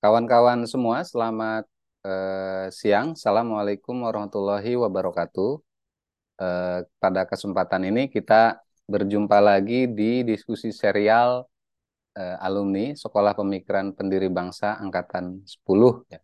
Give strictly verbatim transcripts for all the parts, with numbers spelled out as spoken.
Kawan-kawan semua, selamat eh, siang. Assalamualaikum warahmatullahi wabarakatuh. Eh, pada kesempatan ini kita berjumpa lagi di diskusi serial eh, alumni Sekolah Pemikiran Pendiri Bangsa Angkatan sepuluh. Ya.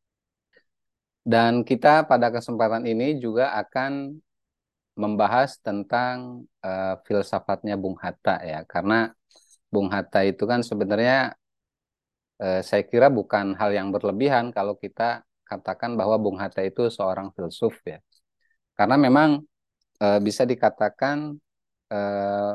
Dan kita pada kesempatan ini juga akan membahas tentang eh, filsafatnya Bung Hatta ya. Karena Bung Hatta itu kan sebenarnya eh, saya kira bukan hal yang berlebihan kalau kita katakan bahwa Bung Hatta itu seorang filsuf ya. Karena memang eh, bisa dikatakan eh,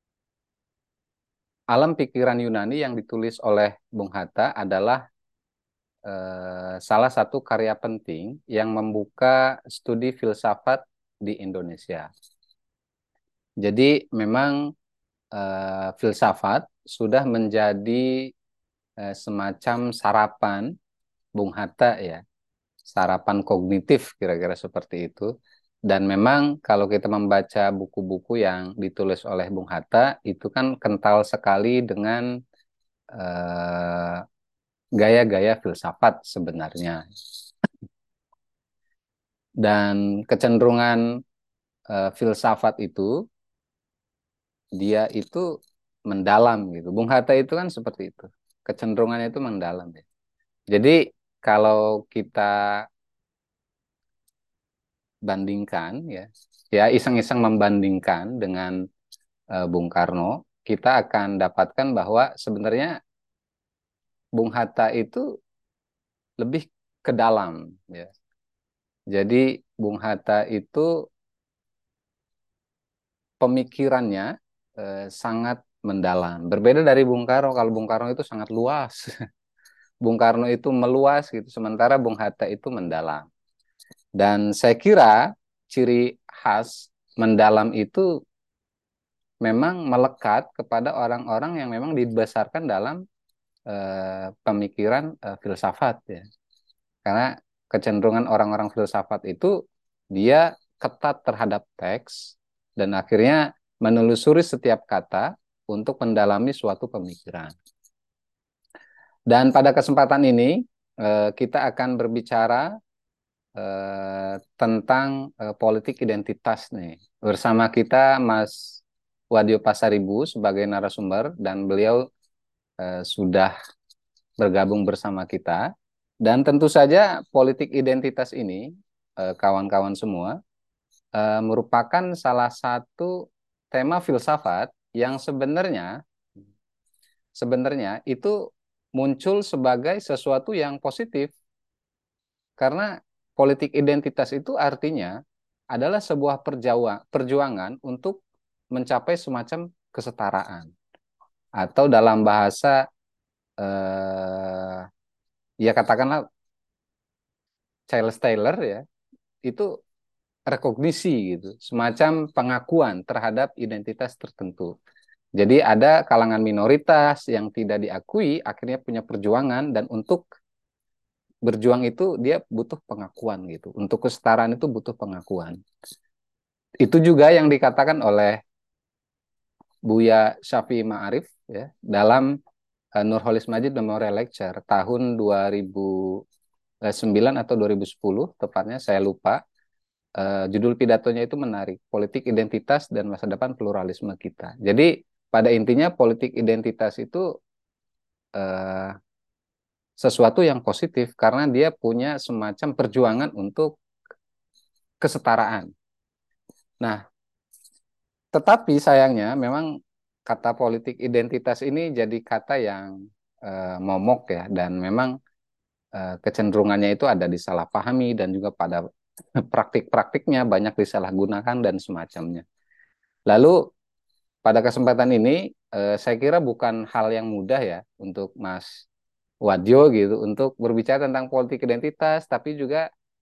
alam pikiran Yunani yang ditulis oleh Bung Hatta adalah eh, salah satu karya penting yang membuka studi filsafat di Indonesia. Jadi memang eh, filsafat sudah menjadi eh, semacam sarapan Bung Hatta ya, sarapan kognitif kira-kira seperti itu. Dan memang kalau kita membaca buku-buku yang ditulis oleh Bung Hatta itu kan kental sekali dengan eh, gaya-gaya filsafat sebenarnya. Dan kecenderungan eh, filsafat itu dia itu mendalam gitu. Bung Hatta itu kan seperti itu. Kecenderungannya itu mendalam ya. Jadi kalau kita bandingkan ya, ya iseng-iseng membandingkan dengan eh, Bung Karno, kita akan dapatkan bahwa sebenarnya Bung Hatta itu lebih ke dalam ya. Jadi Bung Hatta itu pemikirannya eh, sangat mendalam. Berbeda dari Bung Karno, kalau Bung Karno itu sangat luas. Bung Karno itu meluas gitu, sementara Bung Hatta itu mendalam. Dan saya kira ciri khas mendalam itu memang melekat kepada orang-orang yang memang dibesarkan dalam eh, pemikiran eh, filsafat ya. Karena kecenderungan orang-orang filsafat itu dia ketat terhadap teks dan akhirnya menelusuri setiap kata untuk mendalami suatu pemikiran. Dan pada kesempatan ini eh, kita akan berbicara eh, tentang eh, politik identitas nih. Bersama kita Mas Wadio Pasaribu sebagai narasumber dan beliau eh, sudah bergabung bersama kita. Dan tentu saja politik identitas ini, eh, kawan-kawan semua, eh, merupakan salah satu tema filsafat yang sebenarnya sebenarnya itu muncul sebagai sesuatu yang positif karena politik identitas itu artinya adalah sebuah perjawa- perjuangan untuk mencapai semacam kesetaraan atau dalam bahasa eh, ya katakanlah Charles Taylor ya itu rekognisi gitu, semacam pengakuan terhadap identitas tertentu. Jadi ada kalangan minoritas yang tidak diakui, akhirnya punya perjuangan dan untuk berjuang itu dia butuh pengakuan gitu. Untuk kesetaraan itu butuh pengakuan. Itu juga yang dikatakan oleh Buya Syafi'i Ma'arif ya dalam uh, Nurholis Majid Memorial Lecture tahun dua ribu sembilan atau dua ribu sepuluh tepatnya saya lupa. Uh, judul pidatonya itu menarik, politik identitas dan masa depan pluralisme kita. Jadi pada intinya politik identitas itu uh, sesuatu yang positif karena dia punya semacam perjuangan untuk kesetaraan. Nah, tetapi sayangnya memang kata politik identitas ini jadi kata yang uh, momok ya dan memang uh, kecenderungannya itu ada disalahpahami dan juga pada praktik-praktiknya banyak disalahgunakan dan semacamnya. Lalu pada kesempatan ini, eh, saya kira bukan hal yang mudah ya untuk Mas Wadjo gitu untuk berbicara tentang politik identitas, tapi juga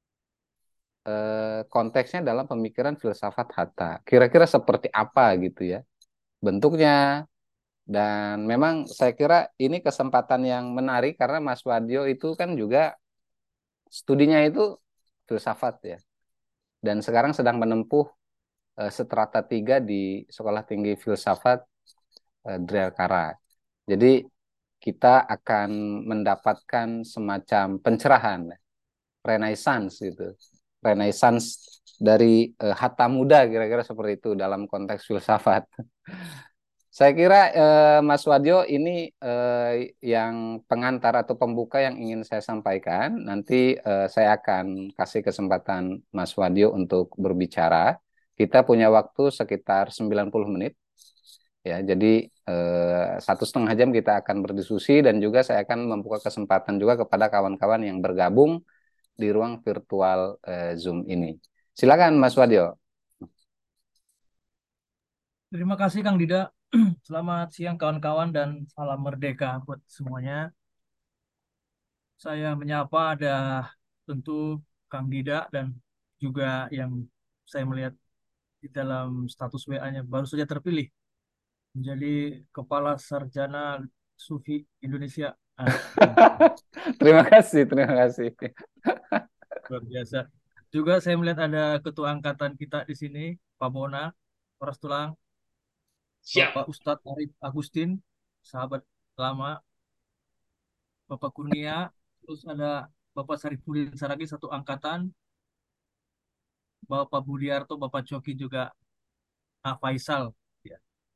eh, konteksnya dalam pemikiran filsafat Hatta. Kira-kira seperti apa gitu ya bentuknya. Dan memang saya kira ini kesempatan yang menarik karena Mas Wadjo itu kan juga studinya itu filsafat ya. Dan sekarang sedang menempuh eh, strata tiga di Sekolah Tinggi Filsafat eh, Drea Kara. Jadi kita akan mendapatkan semacam pencerahan, renaissance gitu. Renaissance dari uh, Hatta Muda kira-kira seperti itu dalam konteks filsafat. Saya kira eh, Mas Wadyo ini eh, yang pengantar atau pembuka yang ingin saya sampaikan. Nanti eh, saya akan kasih kesempatan Mas Wadyo untuk berbicara. Kita punya waktu sekitar sembilan puluh menit. Ya, jadi eh, satu setengah jam kita akan berdiskusi dan juga saya akan membuka kesempatan juga kepada kawan-kawan yang bergabung di ruang virtual eh, Zoom ini. Silakan Mas Wadyo. Terima kasih Kang Dida. Selamat siang kawan-kawan dan salam merdeka buat semuanya. Saya menyapa ada tentu Kang Dida dan juga yang saya melihat di dalam status W A-nya baru saja terpilih menjadi Kepala Sarjana Sufi Indonesia. Ah, Terima kasih, terima kasih. luar biasa. Juga saya melihat ada ketua angkatan kita di sini, Pak Bona, Horas Tulang, Siap. Bapak Ustadz Arif Agustin, sahabat lama, Bapak Kurnia, terus ada Bapak Sarifudin Saragi satu angkatan, Bapak Budiarto, Bapak Coki juga, ah, Faisal. Ya.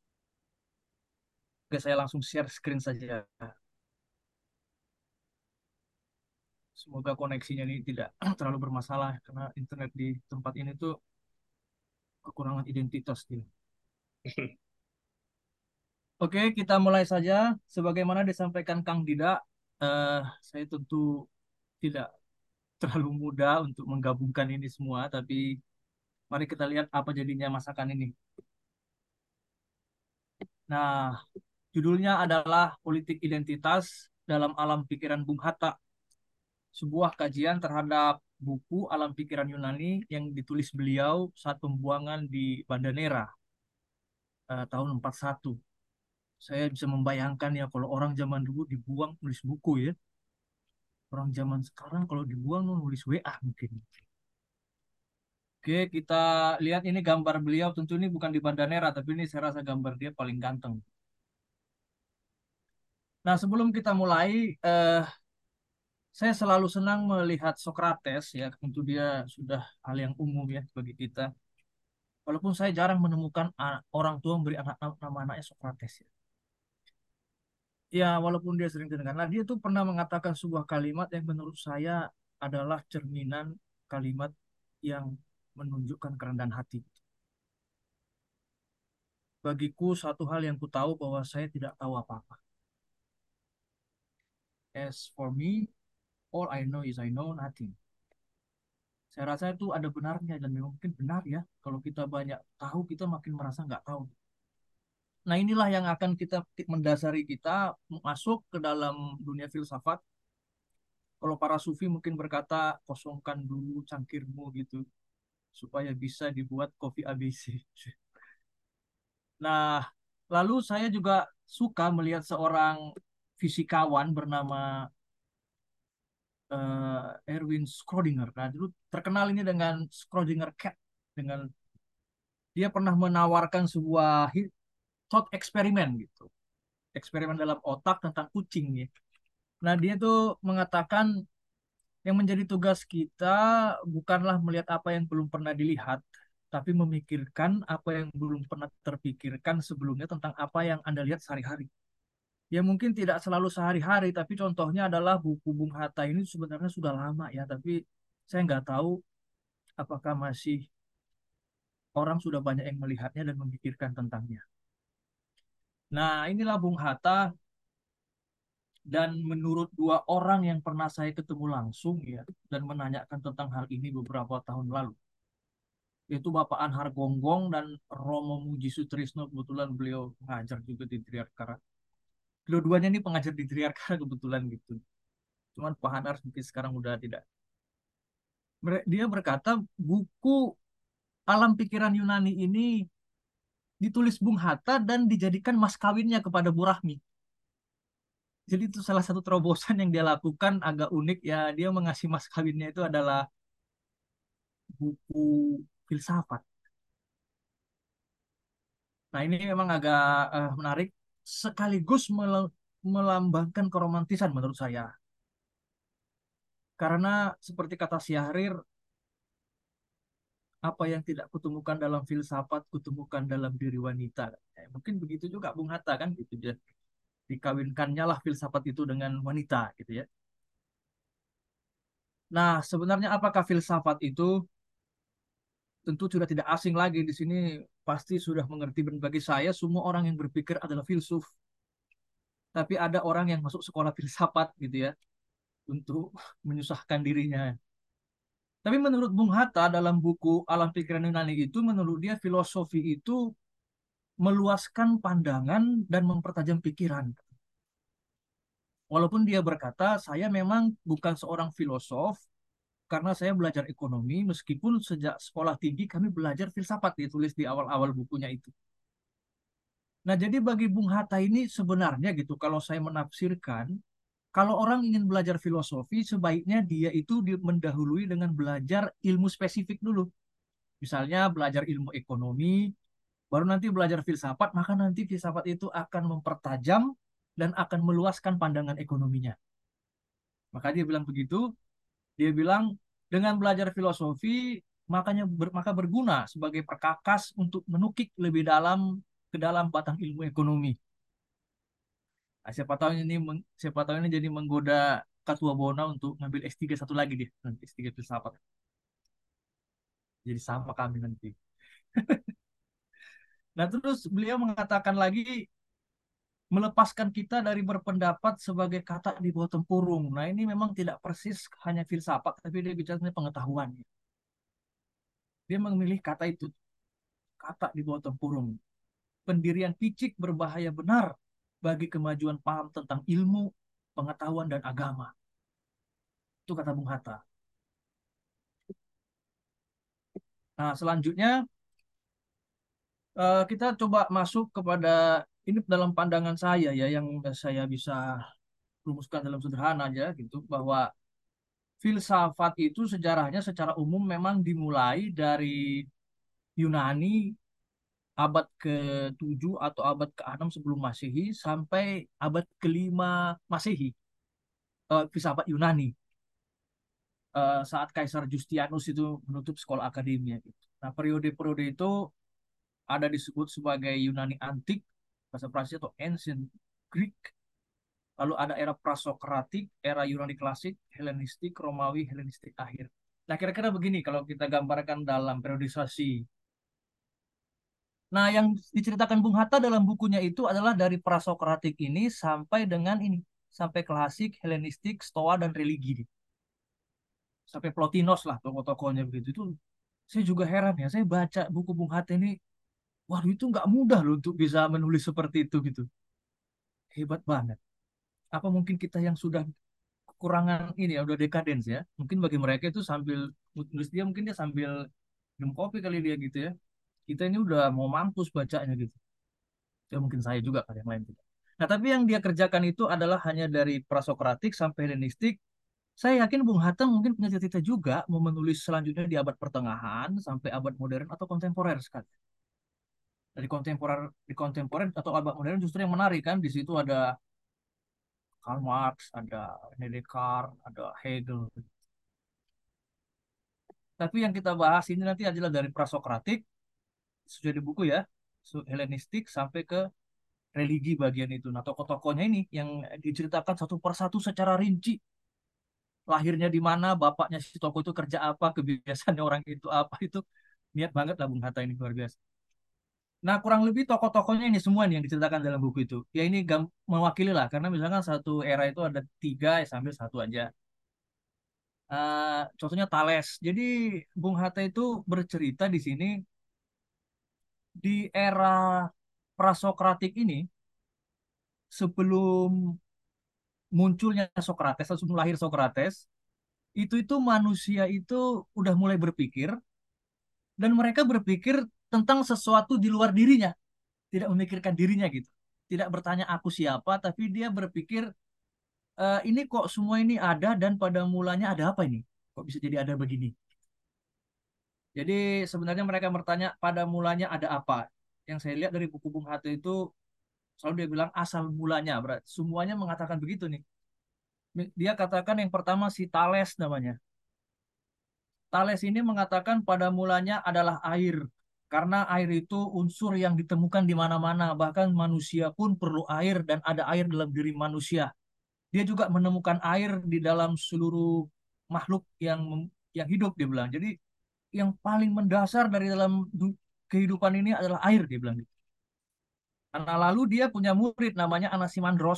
Oke, saya langsung share screen saja. Semoga koneksinya ini tidak terlalu bermasalah karena internet di tempat ini tuh kekurangan identitas gitu. Oke, kita mulai saja. Sebagaimana disampaikan Kang Dida, eh, saya tentu tidak terlalu mudah untuk menggabungkan ini semua, tapi mari kita lihat apa jadinya masakan ini. Nah, judulnya adalah Politik Identitas dalam Alam Pikiran Bung Hatta, sebuah kajian terhadap buku Alam Pikiran Yunani yang ditulis beliau saat pembuangan di Banda Neira eh, tahun empat puluh satu. Saya bisa membayangkan ya kalau orang zaman dulu dibuang nulis buku ya. Orang zaman sekarang kalau dibuang nulis W A mungkin. Oke, kita lihat ini gambar beliau. Tentu ini bukan di Banda Neira, tapi ini saya rasa gambar dia paling ganteng. Nah, sebelum kita mulai, eh, saya selalu senang melihat Socrates ya, tentu dia sudah hal yang umum ya bagi kita. Walaupun saya jarang menemukan a- orang tua memberi anak nama anaknya Socrates ya. Ya, walaupun dia sering dengar. Nah, dia tuh pernah mengatakan sebuah kalimat yang menurut saya adalah cerminan kalimat yang menunjukkan kerendahan hati. Bagiku satu hal yang ku tahu bahwa saya tidak tahu apa-apa. As for me, all I know is I know nothing. Saya rasa itu ada benarnya dan memang mungkin benar ya. Kalau kita banyak tahu, kita makin merasa nggak tahu. Nah inilah yang akan kita mendasari kita masuk ke dalam dunia filsafat. Kalau para sufi mungkin berkata, kosongkan dulu cangkirmu gitu, supaya bisa dibuat kopi A B C. Nah, lalu saya juga suka melihat seorang fisikawan bernama eh, Erwin Schrödinger. Nah, dulu terkenal ini dengan Schrödinger cat, dengan dia pernah menawarkan sebuah thought eksperimen gitu, eksperimen dalam otak tentang kucing ya. Nah dia tuh mengatakan yang menjadi tugas kita bukanlah melihat apa yang belum pernah dilihat, tapi memikirkan apa yang belum pernah terpikirkan sebelumnya tentang apa yang Anda lihat sehari-hari. Ya mungkin tidak selalu sehari-hari, tapi contohnya adalah buku Bung Hatta ini sebenarnya sudah lama ya, tapi saya nggak tahu apakah masih orang sudah banyak yang melihatnya dan memikirkan tentangnya. Nah, inilah Bung Hatta. Dan menurut dua orang yang pernah saya ketemu langsung ya dan menanyakan tentang hal ini beberapa tahun lalu, yaitu Bapak Anhar Gonggong dan Romo Muji Sutrisno, kebetulan beliau mengajar juga di Triarkara. Dua-duanya ini pengajar di Triarkara kebetulan gitu. Cuman Pak Anhar mungkin sekarang udah tidak. Dia berkata buku Alam Pikiran Yunani ini ditulis Bung Hatta dan dijadikan mas kawinnya kepada Bu Rahmi. Jadi itu salah satu terobosan yang dia lakukan agak unik ya. Dia mengasih mas kawinnya itu adalah buku filsafat. Nah, ini memang agak eh, menarik sekaligus melambangkan keromantisan menurut saya. Karena seperti kata Syahrir, apa yang tidak kutemukan dalam filsafat, kutemukan dalam diri wanita. Eh, mungkin begitu juga Bung Hatta kan gitu dia. Dikawinkannya lah filsafat itu dengan wanita gitu ya. Nah, sebenarnya apakah filsafat itu? Tentu sudah tidak asing lagi di sini, pasti sudah mengerti, dan bagi saya semua orang yang berpikir adalah filsuf. Tapi ada orang yang masuk sekolah filsafat gitu ya untuk menyusahkan dirinya. Tapi menurut Bung Hatta dalam buku Alam Pikiran Yunani itu, menurut dia filosofi itu meluaskan pandangan dan mempertajam pikiran. Walaupun dia berkata, saya memang bukan seorang filosof karena saya belajar ekonomi, meskipun sejak sekolah tinggi kami belajar filsafat, ditulis di awal-awal bukunya itu. Nah, jadi bagi Bung Hatta ini sebenarnya gitu, kalau saya menafsirkan, kalau orang ingin belajar filosofi, sebaiknya dia itu mendahului dengan belajar ilmu spesifik dulu. Misalnya belajar ilmu ekonomi, baru nanti belajar filsafat, maka nanti filsafat itu akan mempertajam dan akan meluaskan pandangan ekonominya. Maka dia bilang begitu, dia bilang dengan belajar filosofi, makanya ber, maka berguna sebagai perkakas untuk menukik lebih dalam ke dalam batang ilmu ekonomi. Nah, siapa tahu ini siapa tahu ini jadi menggoda Ketua Bona untuk ngambil S tiga satu lagi dia, nanti S tiga filsafat. Jadi sama kami nanti. Nah, terus beliau mengatakan lagi melepaskan kita dari berpendapat sebagai kata di bawah tempurung. Nah, ini memang tidak persis hanya filsafat, tapi dia bicara tentang pengetahuan. Dia memilih kata itu, kata di bawah tempurung. Pendirian picik berbahaya benar bagi kemajuan paham tentang ilmu, pengetahuan, dan agama. Itu kata Bung Hatta. Nah, selanjutnya eh, kita coba masuk kepada ini dalam pandangan saya ya, yang saya bisa rumuskan dalam sederhana aja gitu, bahwa filsafat itu sejarahnya secara umum memang dimulai dari Yunani abad ketujuh atau abad keenam sebelum Masehi sampai abad kelima Masehi. Eh, filsafat Yunani, eh, saat Kaisar Justianus itu menutup sekolah akademia gitu. Nah, periode-periode itu ada disebut sebagai Yunani antik, bahasa Prancis atau Ancient Greek. Lalu ada era Prasokratik, era Yunani klasik, Helenistik, Romawi, Helenistik akhir. Nah, kira-kira begini kalau kita gambarkan dalam periodisasi. Nah, yang diceritakan Bung Hatta dalam bukunya itu adalah dari Prasokratik ini sampai dengan ini, sampai klasik, Helenistik, Stoa, dan religi. Sampai Plotinos lah tokoh-tokohnya begitu. Itu saya juga heran ya, saya baca buku Bung Hatta ini, waduh itu nggak mudah loh untuk bisa menulis seperti itu gitu. Hebat banget. Apa mungkin kita yang sudah kekurangan ini ya, udah dekadens ya. Mungkin bagi mereka itu sambil nulis dia, mungkin dia sambil minum kopi kali dia gitu ya. Kita ini udah mau mampus bacanya gitu. Ya mungkin saya juga kali yang lain tidak. Nah, tapi yang dia kerjakan itu adalah hanya dari Prasokratik sampai Helenistik. Saya yakin Bung Hatta mungkin punya cita-cita juga mau menulis selanjutnya di abad pertengahan sampai abad modern atau kontemporer sekali. Dari kontemporer di kontemporer atau abad modern justru yang menarik kan, di situ ada Karl Marx, ada René Descartes, ada Hegel. Tapi yang kita bahas ini nanti adalah dari Prasokratik, sudah di buku ya, Helenistik sampai ke religi bagian itu. Nah, tokoh-tokohnya ini yang diceritakan satu persatu secara rinci. Lahirnya di mana, bapaknya si tokoh itu kerja apa, kebiasaannya orang itu apa, itu niat banget lah Bung Hatta ini, luar biasa. Nah, kurang lebih tokoh-tokohnya ini semua nih yang diceritakan dalam buku itu. Ya ini gam- mewakili lah, karena misalkan satu era itu ada tiga, ya sambil satu aja. Eh, contohnya Thales. Jadi Bung Hatta itu bercerita di sini di era Prasokratik ini, sebelum munculnya Sokrates, sebelum lahir Sokrates, itu itu manusia itu udah mulai berpikir, dan mereka berpikir tentang sesuatu di luar dirinya, tidak memikirkan dirinya gitu. Tidak bertanya aku siapa, tapi dia berpikir, "Eh, ini kok semua ini ada dan pada mulanya ada apa ini? Kok bisa jadi ada begini?" Jadi sebenarnya mereka bertanya pada mulanya ada apa. Yang saya lihat dari buku Bung Hatta itu Selalu dia bilang asal mulanya, berarti semuanya mengatakan begitu nih. Dia katakan yang pertama si Thales namanya. Thales ini mengatakan pada mulanya adalah air. Karena air itu unsur yang ditemukan di mana-mana, bahkan manusia pun perlu air dan ada air dalam diri manusia. Dia juga menemukan air di dalam seluruh makhluk yang yang hidup, dia bilang. Jadi yang paling mendasar dari dalam kehidupan ini adalah air, dia bilang. Karena lalu dia punya murid namanya Anaximandros.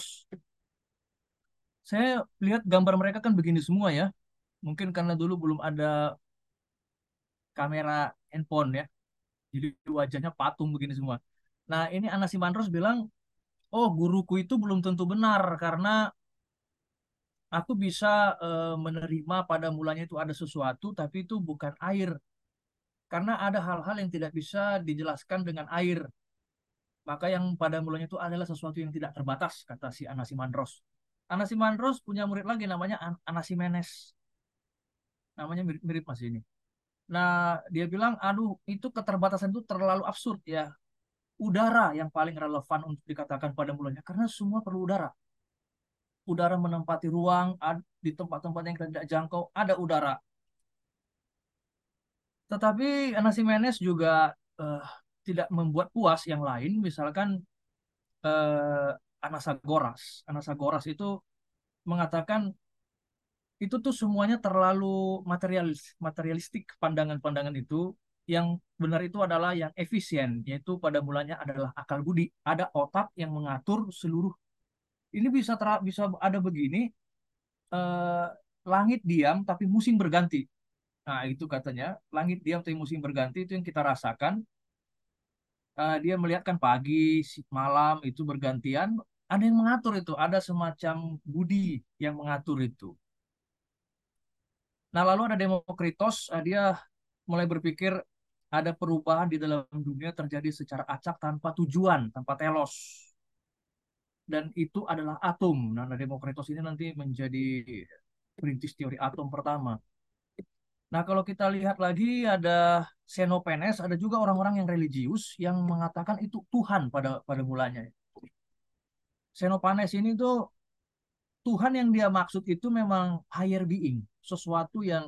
Saya lihat gambar mereka kan begini semua ya. Mungkin karena dulu belum ada kamera handphone ya. Jadi wajahnya patung begini semua. Nah, ini Anaximandros bilang, "Oh, guruku itu belum tentu benar karena aku bisa eh, menerima pada mulanya itu ada sesuatu, tapi itu bukan air. Karena ada hal-hal yang tidak bisa dijelaskan dengan air. Maka yang pada mulanya itu adalah sesuatu yang tidak terbatas," kata si Anaximandros. Anaximandros punya murid lagi namanya Anaximenes. Namanya mirip-mirip mas ini. Nah, dia bilang, aduh, itu keterbatasan itu terlalu absurd ya. Udara yang paling relevan untuk dikatakan pada mulanya, karena semua perlu udara. Udara menempati ruang, di tempat-tempat yang tidak jangkau, ada udara. Tetapi Anaximenes juga eh, tidak membuat puas yang lain, misalkan eh, Anasagoras. Anasagoras itu mengatakan itu tuh semuanya terlalu materialis, materialistik pandangan-pandangan itu. Yang benar itu adalah yang efisien, yaitu pada mulanya adalah akal budi. Ada otak yang mengatur seluruh. Ini bisa ter, bisa ada begini, eh, langit diam tapi musim berganti. Nah itu katanya, langit diam tapi musim berganti itu yang kita rasakan. Eh, dia melihatkan pagi, malam itu bergantian. Ada yang mengatur itu, ada semacam budi yang mengatur itu. Nah, lalu ada Demokritos, eh, dia mulai berpikir ada perubahan di dalam dunia terjadi secara acak tanpa tujuan, tanpa telos. Dan itu adalah atom. Nah, Demokritos ini nanti menjadi perintis teori atom pertama. Nah, kalau kita lihat lagi ada Xenophanes, ada juga orang-orang yang religius yang mengatakan itu Tuhan pada pada mulanya. Xenophanes ini tuh Tuhan yang dia maksud itu memang higher being, sesuatu yang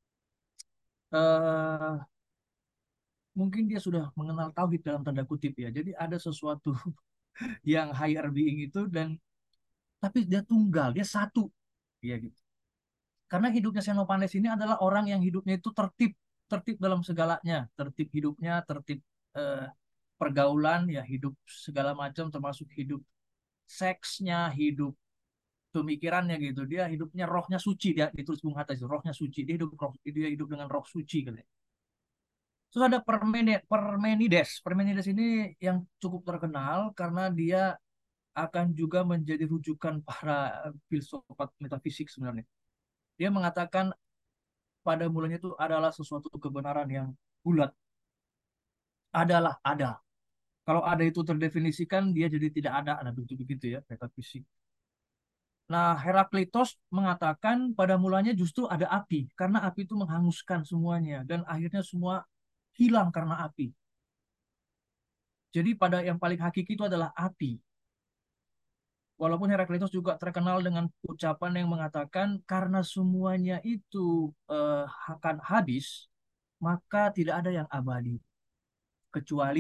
eh, mungkin dia sudah mengenal tauhid dalam tanda kutip ya. Jadi ada sesuatu yang higher being itu dan tapi dia tunggal, dia satu. Ya gitu. Karena hidupnya Xenophanes ini adalah orang yang hidupnya itu tertib, tertib dalam segalanya, tertib hidupnya, tertib eh, pergaulan, ya hidup segala macam termasuk hidup seksnya, hidup pemikirannya gitu. Dia hidupnya rohnya suci, dia ditulis Bung Hatta itu rohnya suci. Dia hidup roh, dia hidup dengan roh suci gitu. Terus ada Parmenides. Parmenides ini yang cukup terkenal karena dia akan juga menjadi rujukan para filsufat metafisik sebenarnya. Dia mengatakan pada mulanya itu adalah sesuatu kebenaran yang bulat. Adalah ada. Kalau ada itu terdefinisikan, dia jadi tidak ada. Ada begitu-begitu ya, metafisik. Nah, Heraklitos mengatakan pada mulanya justru ada api. Karena api itu menghanguskan semuanya. Dan akhirnya semua hilang karena api. Jadi pada yang paling hakiki itu adalah api. Walaupun Heraklitos juga terkenal dengan ucapan yang mengatakan karena semuanya itu eh, akan habis, maka tidak ada yang abadi kecuali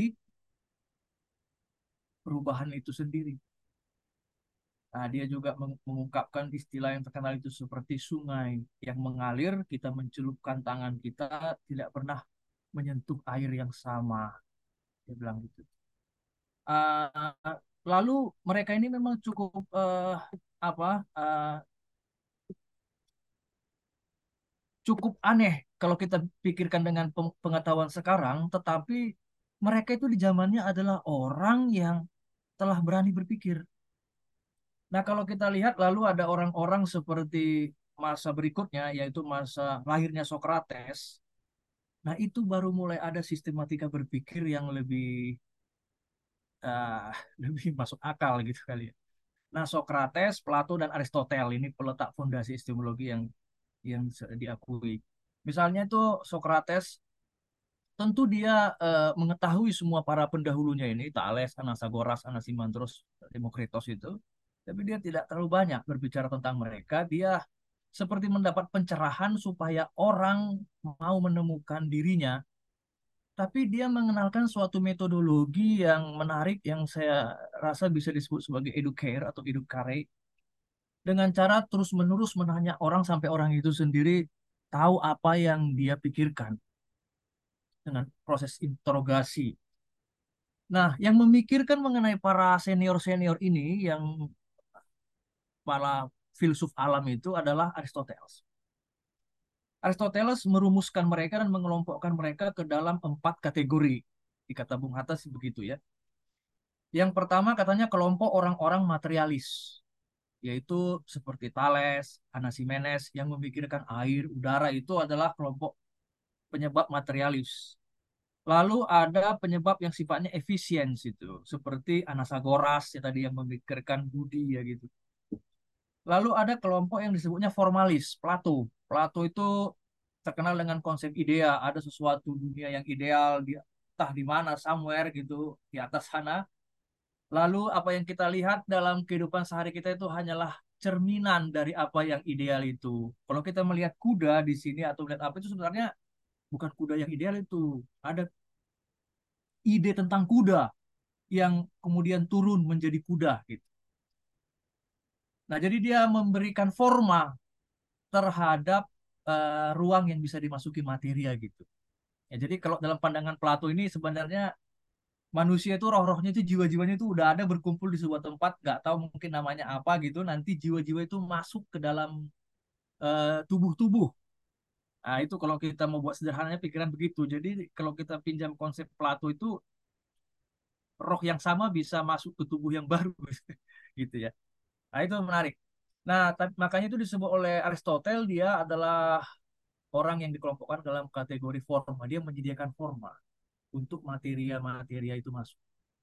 perubahan itu sendiri. Nah, dia juga mengungkapkan istilah yang terkenal itu seperti sungai yang mengalir, kita mencelupkan tangan kita tidak pernah menyentuh air yang sama. Dia bilang gitu. Uh, lalu mereka ini memang cukup uh, apa? Uh, cukup aneh kalau kita pikirkan dengan pengetahuan sekarang, tetapi mereka itu di zamannya adalah orang yang telah berani berpikir. Nah, kalau kita lihat lalu ada orang-orang seperti masa berikutnya, yaitu masa lahirnya Sokrates. Nah, itu baru mulai ada sistematika berpikir yang lebih uh, lebih masuk akal gitu kali ya. Nah, Sokrates, Plato, dan Aristoteles ini peletak fondasi epistemologi yang yang diakui. Misalnya itu Sokrates tentu dia eh, mengetahui semua para pendahulunya ini, Thales, Anasagoras, Anaximandros, Demokritos itu, tapi dia tidak terlalu banyak berbicara tentang mereka. Dia seperti mendapat pencerahan supaya orang mau menemukan dirinya, tapi dia mengenalkan suatu metodologi yang menarik yang saya rasa bisa disebut sebagai educare atau educare, dengan cara terus-menerus menanya orang sampai orang itu sendiri tahu apa yang dia pikirkan dengan proses interogasi. Nah, yang memikirkan mengenai para senior-senior ini, yang para filsuf alam itu adalah Aristoteles. Aristoteles merumuskan mereka dan mengelompokkan mereka ke dalam empat kategori. Di kata Bung Hatta sih begitu ya. Yang pertama katanya kelompok orang-orang materialis, yaitu seperti Thales, Anaximenes yang memikirkan air, udara itu adalah kelompok penyebab materialis. Lalu ada penyebab yang sifatnya efisien itu, seperti Anasagoras ya tadi yang memikirkan budi ya gitu. Lalu ada kelompok yang disebutnya formalis, Plato. Plato itu terkenal dengan konsep idea, ada sesuatu dunia yang ideal di entah di mana somewhere gitu di atas sana. Lalu apa yang kita lihat dalam kehidupan sehari kita itu hanyalah cerminan dari apa yang ideal itu. Kalau kita melihat kuda di sini atau melihat apa itu sebenarnya bukan kuda yang ideal itu. Ada ide tentang kuda yang kemudian turun menjadi kuda gitu. Nah, jadi dia memberikan forma terhadap uh, ruang yang bisa dimasuki materia gitu. Ya, jadi kalau dalam pandangan Plato ini sebenarnya manusia itu roh-rohnya itu jiwa-jiwanya itu udah ada berkumpul di sebuah tempat, nggak tahu mungkin namanya apa gitu. Nanti jiwa-jiwa itu masuk ke dalam uh, tubuh-tubuh. Nah, itu kalau kita mau buat sederhananya pikiran begitu. Jadi kalau kita pinjam konsep Plato itu roh yang sama bisa masuk ke tubuh yang baru gitu ya. Nah, itu menarik. Nah, tapi, makanya itu disebut oleh Aristoteles dia adalah orang yang dikelompokkan dalam kategori forma. Dia menyediakan forma untuk materia-materia itu masuk.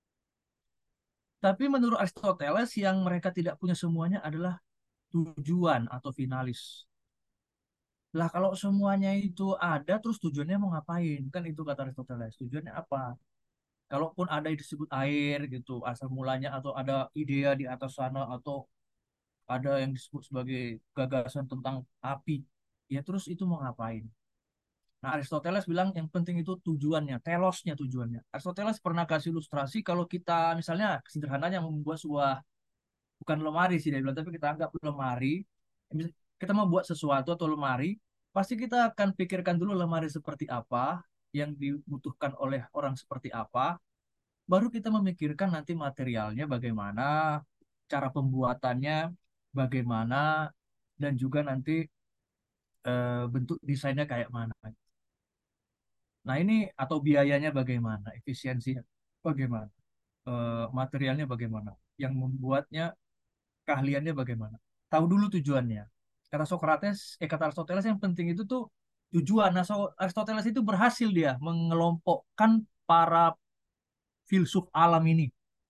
Tapi menurut Aristoteles yang mereka tidak punya semuanya adalah tujuan atau finalis. Lah kalau semuanya itu ada, terus tujuannya mau ngapain? Kan itu kata Aristoteles. Tujuannya apa? Kalaupun ada yang disebut air gitu, asal mulanya atau ada ide di atas sana atau ada yang disebut sebagai gagasan tentang api, ya terus itu mau ngapain? Nah, Aristoteles bilang yang penting itu tujuannya, telosnya tujuannya. Aristoteles pernah kasih ilustrasi kalau kita misalnya sederhananya membuat sebuah, bukan lemari sih dia bilang, tapi kita anggap lemari. Kita mau buat sesuatu atau lemari, pasti kita akan pikirkan dulu lemari seperti apa, yang dibutuhkan oleh orang seperti apa, baru kita memikirkan nanti materialnya bagaimana, cara pembuatannya bagaimana, dan juga nanti eh, bentuk desainnya kayak mana. Nah, ini atau biayanya bagaimana, efisiensinya bagaimana, eh, materialnya bagaimana, yang membuatnya keahliannya bagaimana. Tahu dulu tujuannya. Kata Socrates, eh kata Aristoteles yang penting itu tuh tujuan. Nah, so, Aristoteles itu berhasil dia mengelompokkan para filsuf alam ini.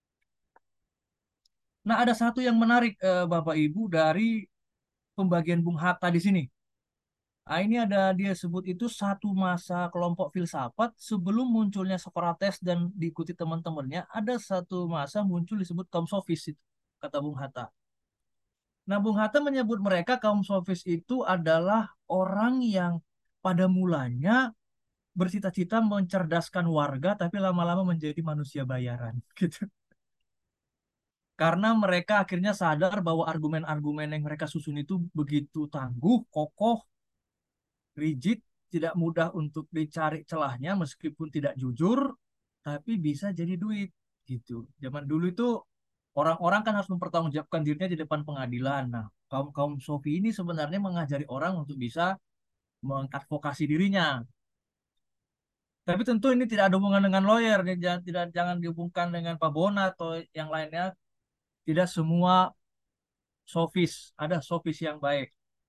Nah, ada satu yang menarik eh, Bapak Ibu dari pembagian Bung Hatta di sini. Nah, ini ada dia sebut itu satu masa kelompok filsafat sebelum munculnya Socrates dan diikuti teman-temannya. Ada satu masa muncul disebut kaum sofis itu, kata Bung Hatta. Nah, Bung Hatta menyebut mereka kaum sofis itu adalah orang yang pada mulanya bercita-cita mencerdaskan warga, tapi lama-lama menjadi manusia bayaran, gitu. Karena mereka akhirnya sadar bahwa argumen-argumen yang mereka susun itu begitu tangguh, kokoh, rigid, tidak mudah untuk dicari celahnya meskipun tidak jujur, tapi bisa jadi duit gitu. Zaman dulu itu orang-orang kan harus mempertanggungjawabkan dirinya di depan pengadilan. Nah, kaum kaum Sofi ini sebenarnya mengajari orang untuk bisa mengadvokasi dirinya. Tapi tentu ini tidak ada hubungan dengan lawyer, jangan tidak jangan dihubungkan dengan Pak Bona atau yang lainnya. Tidak semua sofis, ada sofis yang baik.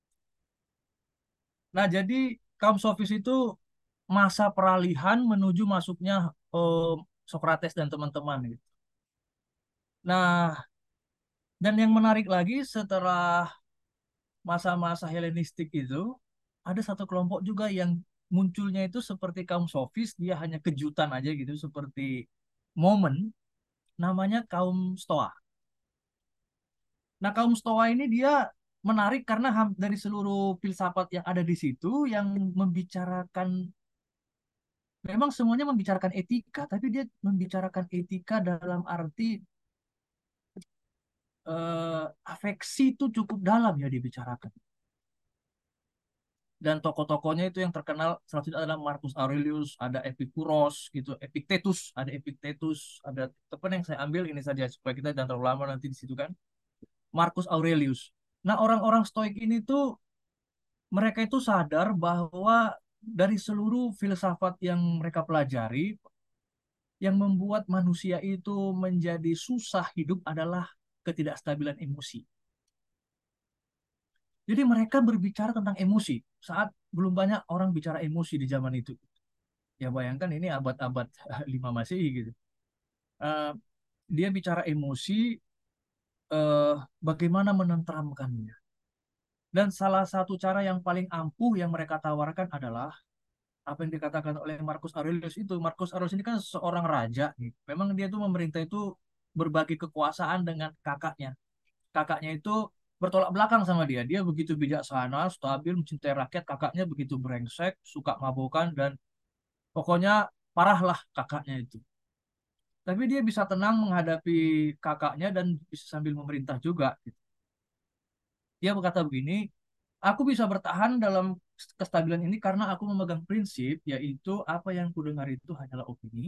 Nah, jadi kaum sofis itu masa peralihan menuju masuknya eh, Socrates dan teman-teman gitu. Nah, dan yang menarik lagi setelah masa-masa Helenistik itu ada satu kelompok juga yang munculnya itu seperti kaum sofis, dia hanya kejutan aja gitu, seperti momen, namanya kaum Stoa. Nah, kaum Stoa ini dia menarik karena dari seluruh filsafat yang ada di situ yang membicarakan, memang semuanya membicarakan etika, tapi dia membicarakan etika dalam arti eh, afeksi itu cukup dalam ya dibicarakan. Dan tokoh-tokohnya itu yang terkenal selanjutnya adalah Marcus Aurelius, ada Epikuros gitu, Epictetus, ada Epictetus, ada teman yang saya ambil ini saja supaya kita jangan terlalu lama nanti di situ kan. Marcus Aurelius. Nah, orang-orang Stoik ini tuh mereka itu sadar bahwa dari seluruh filsafat yang mereka pelajari, yang membuat manusia itu menjadi susah hidup adalah ketidakstabilan emosi. Jadi mereka berbicara tentang emosi saat belum banyak orang bicara emosi di zaman itu. Ya bayangkan ini abad-abad lima Masehi gitu. Eh, dia bicara emosi, eh, bagaimana menenteramkannya. Dan salah satu cara yang paling ampuh yang mereka tawarkan adalah apa yang dikatakan oleh Marcus Aurelius itu. Marcus Aurelius ini kan seorang raja nih. Memang dia itu memerintah itu berbagi kekuasaan dengan kakaknya. Kakaknya itu bertolak belakang sama dia. Dia begitu bijaksana, stabil, mencintai rakyat. Kakaknya begitu brengsek, suka mabokan, dan pokoknya parahlah kakaknya itu. Tapi dia bisa tenang menghadapi kakaknya dan bisa sambil memerintah juga. Dia berkata begini, aku bisa bertahan dalam kestabilan ini karena aku memegang prinsip, yaitu apa yang kudengar itu hanyalah opini,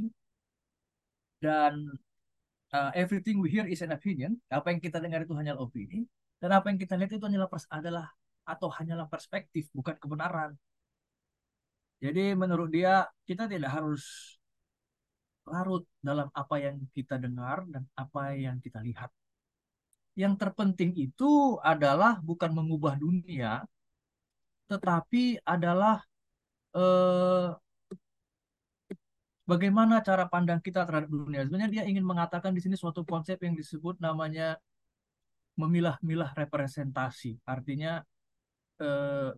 dan uh, everything we hear is an opinion. Apa yang kita dengar itu hanyalah opini, dan apa yang kita lihat itu hanyalah pers adalah atau hanyalah perspektif, bukan kebenaran. Jadi menurut dia, kita tidak harus larut dalam apa yang kita dengar dan apa yang kita lihat. Yang terpenting itu adalah bukan mengubah dunia, tetapi adalah eh, bagaimana cara pandang kita terhadap dunia. Sebenarnya dia ingin mengatakan di sini suatu konsep yang disebut namanya memilah-milah representasi. Artinya eh,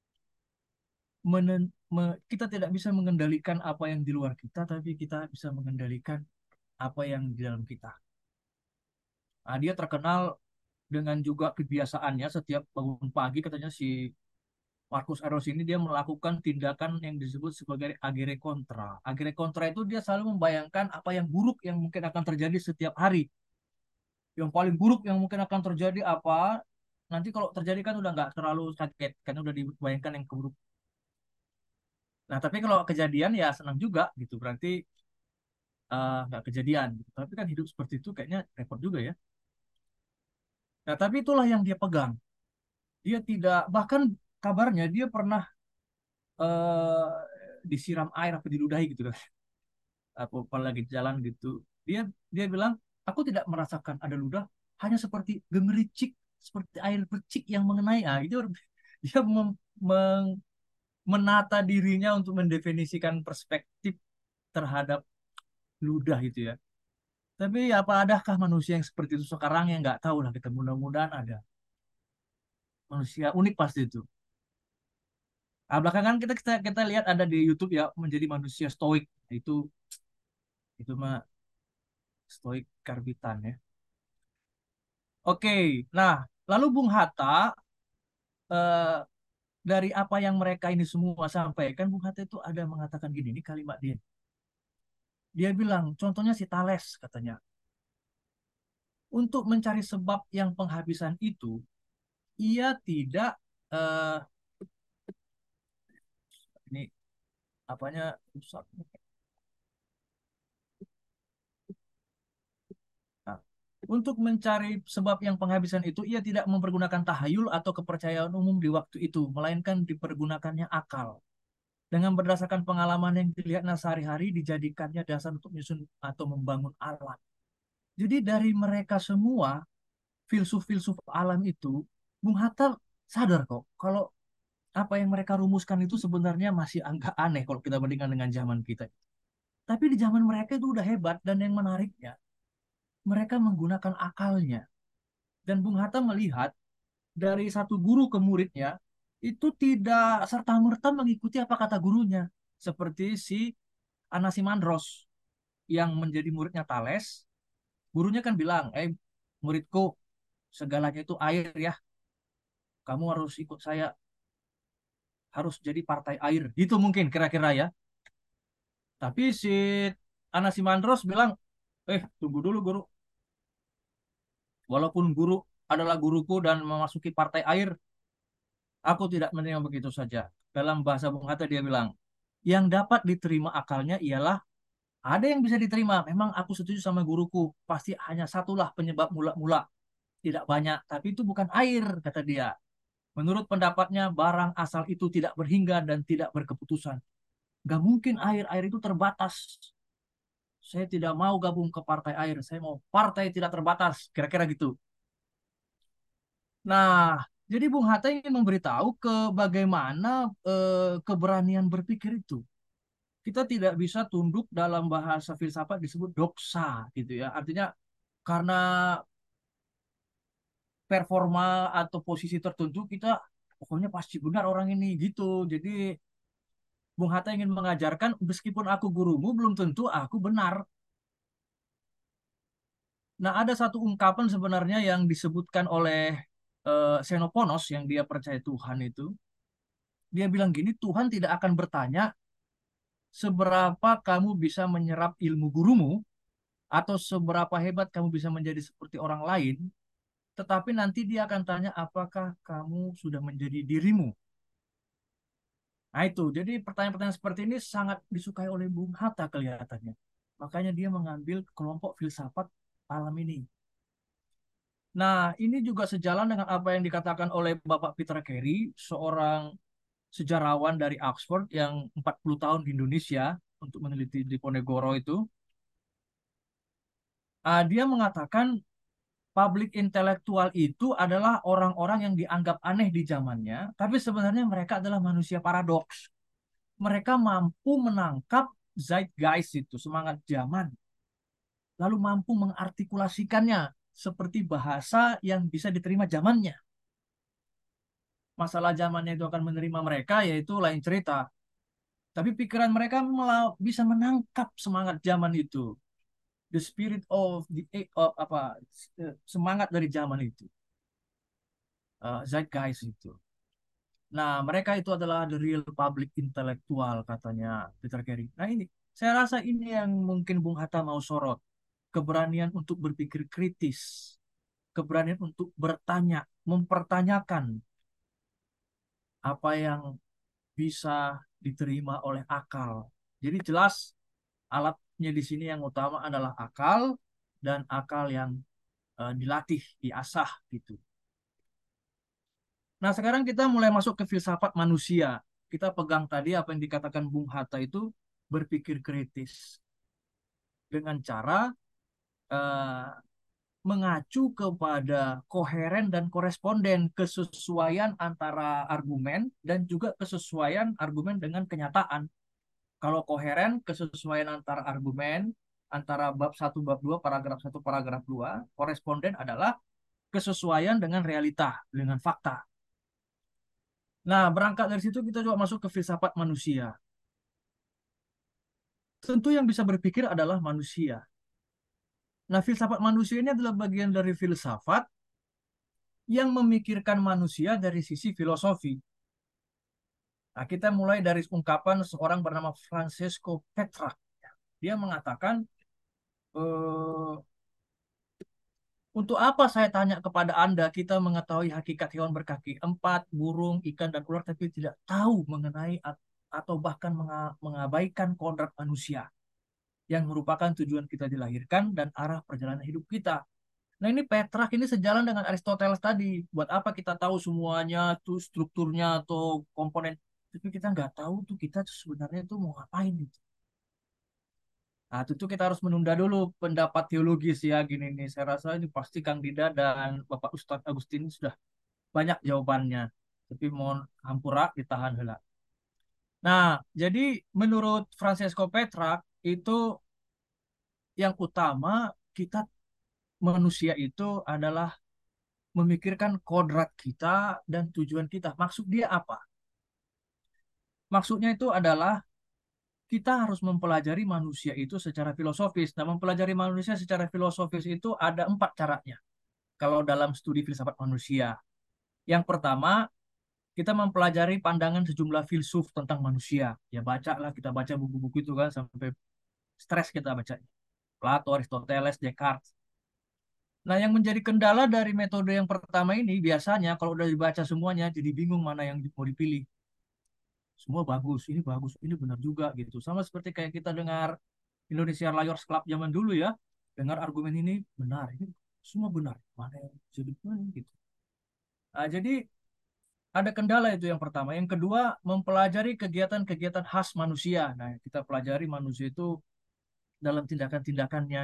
menen, me, kita tidak bisa mengendalikan apa yang di luar kita, tapi kita bisa mengendalikan apa yang di dalam kita. Nah, dia terkenal dengan juga kebiasaannya setiap bangun pagi katanya si Marcus Aurelius ini dia melakukan tindakan yang disebut sebagai agere contra. Agere contra itu dia selalu membayangkan apa yang buruk yang mungkin akan terjadi setiap hari. Yang paling buruk yang mungkin akan terjadi apa? Nanti kalau terjadi kan udah nggak terlalu kaget, kan udah dibayangkan yang keburuk. Nah, tapi kalau kejadian ya senang juga gitu. Berarti eh, nggak kejadian. Gitu. Tapi kan hidup seperti itu kayaknya repot juga ya. Nah, tapi itulah yang dia pegang. Dia tidak, bahkan kabarnya dia pernah eh, disiram air apa diludahi gitu kan. Apa kalau lagi jalan gitu. Dia dia bilang, aku tidak merasakan ada ludah, hanya seperti gemericik, seperti air percik yang mengenai. Ah, itu dia mem- meng- menata dirinya untuk mendefinisikan perspektif terhadap ludah itu ya. Tapi apa adakah manusia yang seperti itu sekarang, yang nggak tahu lah kita, mudah-mudahan ada manusia unik pasti itu. Nah, belakangan kita, kita kita lihat ada di YouTube ya, menjadi manusia stoik. Itu itu mah stoik karbitan ya. Oke, nah lalu Bung Hatta, eh, dari apa yang mereka ini semua sampaikan, Bung Hatta itu ada mengatakan gini, ini kalimat dia. Dia bilang, contohnya si Thales katanya, untuk mencari sebab yang penghabisan itu, ia tidak eh, ini apanya rusak. Nah, untuk mencari sebab yang penghabisan itu, ia tidak mempergunakan tahayul atau kepercayaan umum di waktu itu, melainkan dipergunakannya akal. Dengan berdasarkan pengalaman yang dilihatnya sehari-hari, dijadikannya dasar untuk menyusun atau membangun alam. Jadi dari mereka semua, filsuf-filsuf alam itu, Bung Hatta sadar kok, kalau apa yang mereka rumuskan itu sebenarnya masih agak aneh kalau kita bandingkan dengan zaman kita. Tapi di zaman mereka itu udah hebat, dan yang menariknya, mereka menggunakan akalnya. Dan Bung Hatta melihat dari satu guru ke muridnya, itu tidak serta-merta mengikuti apa kata gurunya. Seperti si Anaximandros yang menjadi muridnya Thales, gurunya kan bilang, eh muridku, segalanya itu air ya, kamu harus ikut saya, harus jadi partai air. Gitu mungkin kira-kira ya. Tapi si Anaximandros bilang, eh tunggu dulu guru, walaupun guru adalah guruku dan memasuki partai air, aku tidak menerima begitu saja. Dalam bahasa Bung Hatta dia bilang, yang dapat diterima akalnya ialah ada yang bisa diterima. Memang aku setuju sama guruku, pasti hanya satulah penyebab mula-mula, tidak banyak. Tapi itu bukan air, kata dia. Menurut pendapatnya, barang asal itu tidak berhingga dan tidak berkeputusan. Gak mungkin air, air itu terbatas. Saya tidak mau gabung ke partai air, saya mau partai tidak terbatas, kira-kira gitu. Nah, jadi Bung Hatta ingin memberitahu ke bagaimana eh, keberanian berpikir itu. Kita tidak bisa tunduk, dalam bahasa filsafat disebut doksa gitu ya. Artinya karena performa atau posisi tertentu kita pokoknya pasti benar orang ini gitu. Jadi Bung Hatta ingin mengajarkan meskipun aku gurumu belum tentu aku benar. Nah, ada satu ungkapan sebenarnya yang disebutkan oleh eh, Xenoponos yang dia percaya Tuhan itu. Dia bilang gini, Tuhan tidak akan bertanya seberapa kamu bisa menyerap ilmu gurumu atau seberapa hebat kamu bisa menjadi seperti orang lain, tetapi nanti dia akan tanya apakah kamu sudah menjadi dirimu. Nah itu, jadi pertanyaan-pertanyaan seperti ini sangat disukai oleh Bung Hatta kelihatannya. Makanya dia mengambil kelompok filsafat alam ini. Nah, ini juga sejalan dengan apa yang dikatakan oleh Bapak Peter Carey, seorang sejarawan dari Oxford yang empat puluh tahun di Indonesia untuk meneliti di Ponegoro itu. Ah, dia mengatakan publik intelektual itu adalah orang-orang yang dianggap aneh di zamannya, tapi sebenarnya mereka adalah manusia paradoks. Mereka mampu menangkap zeitgeist itu, semangat zaman, lalu mampu mengartikulasikannya seperti bahasa yang bisa diterima zamannya. Masalah zamannya itu akan menerima mereka, yaitu lain cerita. Tapi pikiran mereka malah bisa menangkap semangat zaman itu, the spirit of the of, apa semangat dari zaman itu, uh, zeitgeist itu. Nah, mereka itu adalah the real public intellectual katanya Peter Carey. Nah, ini saya rasa ini yang mungkin Bung Hatta mau sorot, keberanian untuk berpikir kritis, keberanian untuk bertanya, mempertanyakan apa yang bisa diterima oleh akal. Jadi jelas alatnya di sini yang utama adalah akal dan akal yang uh, dilatih, diasah gitu. Nah, sekarang kita mulai masuk ke filsafat manusia. Kita pegang tadi apa yang dikatakan Bung Hatta itu berpikir kritis dengan cara uh, mengacu kepada koheren dan koresponden, kesesuaian antara argumen dan juga kesesuaian argumen dengan kenyataan. Kalau koheren, kesesuaian antara argumen, antara bab satu, bab dua, paragraf satu, paragraf dua, koresponden adalah kesesuaian dengan realita, dengan fakta. Nah, berangkat dari situ kita juga masuk ke filsafat manusia. Tentu yang bisa berpikir adalah manusia. Nah, filsafat manusia ini adalah bagian dari filsafat yang memikirkan manusia dari sisi filosofi. Nah, kita mulai dari ungkapan seorang bernama Francesco Petrarch. Dia mengatakan, eh, untuk apa saya tanya kepada Anda, kita mengetahui hakikat hewan berkaki empat, burung, ikan, dan ular, tapi tidak tahu mengenai atau bahkan mengabaikan kodrat manusia yang merupakan tujuan kita dilahirkan dan arah perjalanan hidup kita. Nah ini Petrarch ini sejalan dengan Aristoteles tadi. Buat apa kita tahu semuanya tuh strukturnya atau komponen, tapi kita nggak tahu tuh kita tuh sebenarnya tuh mau ngapain gitu. Nah, tentu kita harus menunda dulu pendapat teologis ya gini nih. Saya rasa ini pasti Kang Dida dan Bapak Ustadz Agustin sudah banyak jawabannya. Tapi mohon hampura ditahan hela. Nah, jadi menurut Francesco Petrarch itu yang utama kita manusia itu adalah memikirkan kodrat kita dan tujuan kita. Maksud dia apa? Maksudnya itu adalah kita harus mempelajari manusia itu secara filosofis. Nah, mempelajari manusia secara filosofis itu ada empat caranya. Kalau dalam studi filsafat manusia. Yang pertama, kita mempelajari pandangan sejumlah filsuf tentang manusia. Ya baca lah, kita baca buku-buku itu kan sampai stres kita baca. Plato, Aristoteles, Descartes. Nah, yang menjadi kendala dari metode yang pertama ini biasanya kalau udah dibaca semuanya jadi bingung mana yang mau dipilih. Semua bagus, ini bagus, ini benar juga gitu. Sama seperti kayak kita dengar Indonesia Liars Club zaman dulu ya, dengar argumen ini benar, ini semua benar, mana yang jadi benar gitu. Nah, jadi ada kendala itu yang pertama. Yang kedua, mempelajari kegiatan-kegiatan khas manusia. Nah, kita pelajari manusia itu dalam tindakan-tindakannya.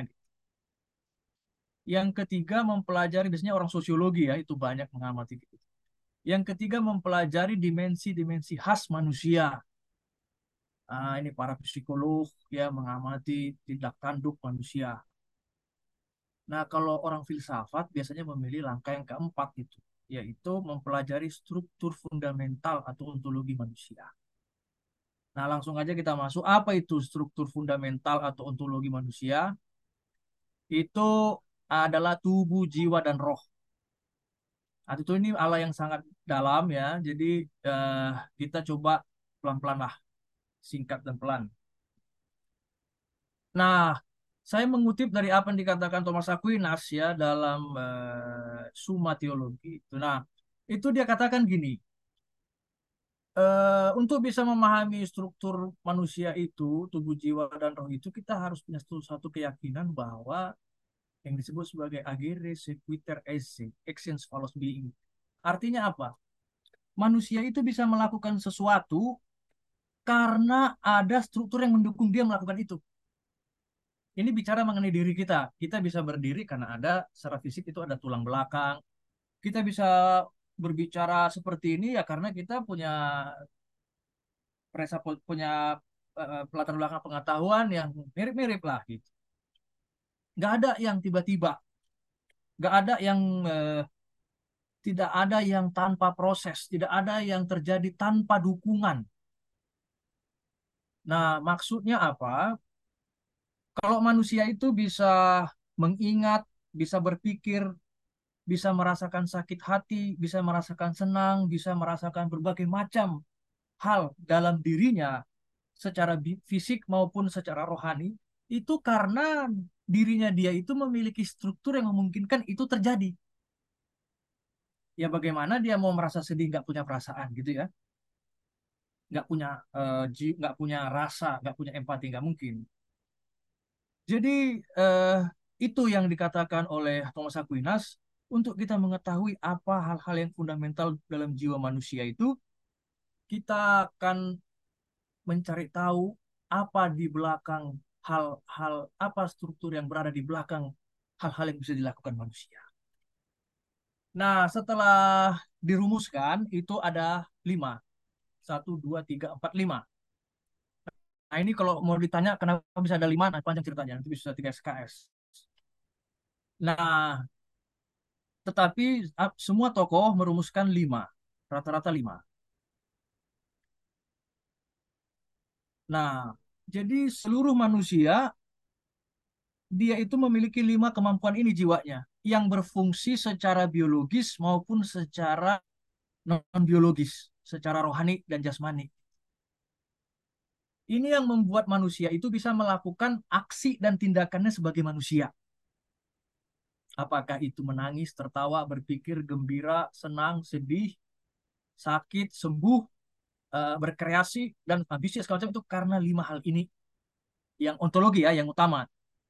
Yang ketiga, mempelajari biasanya orang sosiologi ya, itu banyak mengamati gitu. Yang ketiga, mempelajari dimensi-dimensi khas manusia. Ah, ini para psikolog ya mengamati tindak tanduk manusia. Nah, kalau orang filsafat biasanya memilih langkah yang keempat itu, yaitu mempelajari struktur fundamental atau ontologi manusia. Nah, langsung aja kita masuk. Apa itu struktur fundamental atau ontologi manusia? Itu adalah tubuh, jiwa, dan roh. Nah, itu ini Allah yang sangat dalam ya. Jadi eh, kita coba pelan-pelan lah, singkat dan pelan. Nah, saya mengutip dari apa yang dikatakan Thomas Aquinas ya dalam eh, Summa Theologi. Nah, itu dia katakan gini, eh, untuk bisa memahami struktur manusia itu, tubuh, jiwa, dan roh itu, kita harus punya satu, satu keyakinan bahwa yang disebut sebagai agere sequitur esse, essence follows being. Artinya apa? Manusia itu bisa melakukan sesuatu karena ada struktur yang mendukung dia melakukan itu. Ini bicara mengenai diri kita. Kita bisa berdiri karena ada secara fisik itu ada tulang belakang. Kita bisa berbicara seperti ini ya karena kita punya punya uh, latar belakang pengetahuan yang mirip-mirip lah gitu. Nggak ada yang tiba-tiba, nggak ada yang uh, tidak ada yang tanpa proses, tidak ada yang terjadi tanpa dukungan. Nah, maksudnya apa? Kalau manusia itu bisa mengingat, bisa berpikir, bisa merasakan sakit hati, bisa merasakan senang, bisa merasakan berbagai macam hal dalam dirinya secara fisik maupun secara rohani, itu karena dirinya dia itu memiliki struktur yang memungkinkan itu terjadi. Ya bagaimana dia mau merasa sedih nggak punya perasaan gitu ya, nggak punya uh, nggak punya rasa, nggak punya empati, nggak mungkin. Jadi uh, itu yang dikatakan oleh Thomas Aquinas untuk kita mengetahui apa hal-hal yang fundamental dalam jiwa manusia itu, kita akan mencari tahu apa di belakang hal-hal apa struktur yang berada di belakang hal-hal yang bisa dilakukan manusia. Nah, setelah dirumuskan itu ada lima. Satu, dua, tiga, empat, lima. Nah, ini kalau mau ditanya kenapa bisa ada lima, nah panjang ceritanya. Nanti bisa tiga S K S. Nah, tetapi semua tokoh merumuskan lima. Rata-rata lima. Nah, jadi seluruh manusia dia itu memiliki lima kemampuan ini jiwanya yang berfungsi secara biologis maupun secara non biologis, secara rohani dan jasmani. Ini yang membuat manusia itu bisa melakukan aksi dan tindakannya sebagai manusia. Apakah itu menangis, tertawa, berpikir, gembira, senang, sedih, sakit, sembuh, eh, berkreasi dan ambisius segala macam itu karena lima hal ini yang ontologi ya, yang utama.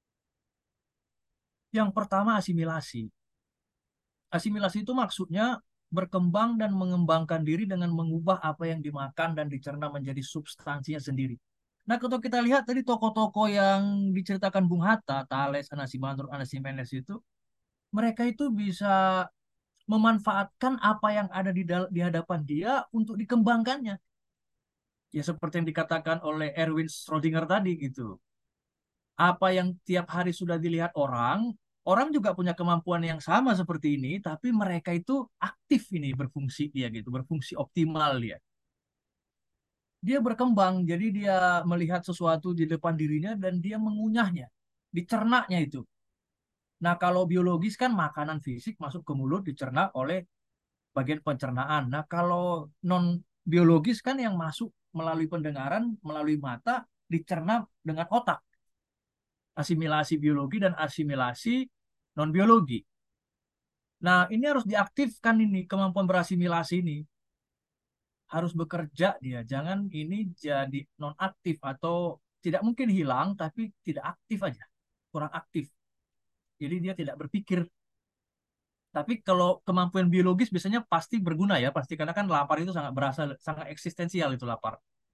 Yang pertama asimilasi. Asimilasi itu maksudnya berkembang dan mengembangkan diri dengan mengubah apa yang dimakan dan dicerna menjadi substansinya sendiri. Nah, kalau kita lihat tadi tokoh-tokoh yang diceritakan Bung Hatta, Thales, Anaximandros, Anaximenes itu, mereka itu bisa memanfaatkan apa yang ada di, di hadapan dia untuk dikembangkannya. Ya seperti yang dikatakan oleh Erwin Schrödinger tadi gitu. Apa yang tiap hari sudah dilihat orang, orang juga punya kemampuan yang sama seperti ini, tapi mereka itu aktif ini berfungsi dia gitu, berfungsi optimal dia. Dia berkembang, jadi dia melihat sesuatu di depan dirinya dan dia mengunyahnya, dicernanya itu. Nah, kalau biologis kan makanan fisik masuk ke mulut dicerna oleh bagian pencernaan. Nah, kalau non biologis kan yang masuk melalui pendengaran, melalui mata, dicerna dengan otak. Asimilasi biologi dan asimilasi non biologi. Nah, ini harus diaktifkan ini kemampuan berasimilasi ini. Harus bekerja dia. Jangan ini jadi non aktif atau tidak mungkin hilang tapi tidak aktif aja. Kurang aktif. Jadi dia tidak berpikir. Tapi kalau kemampuan biologis biasanya pasti berguna ya, pasti karena kan lapar itu sangat berasa, sangat eksistensial itu lapar.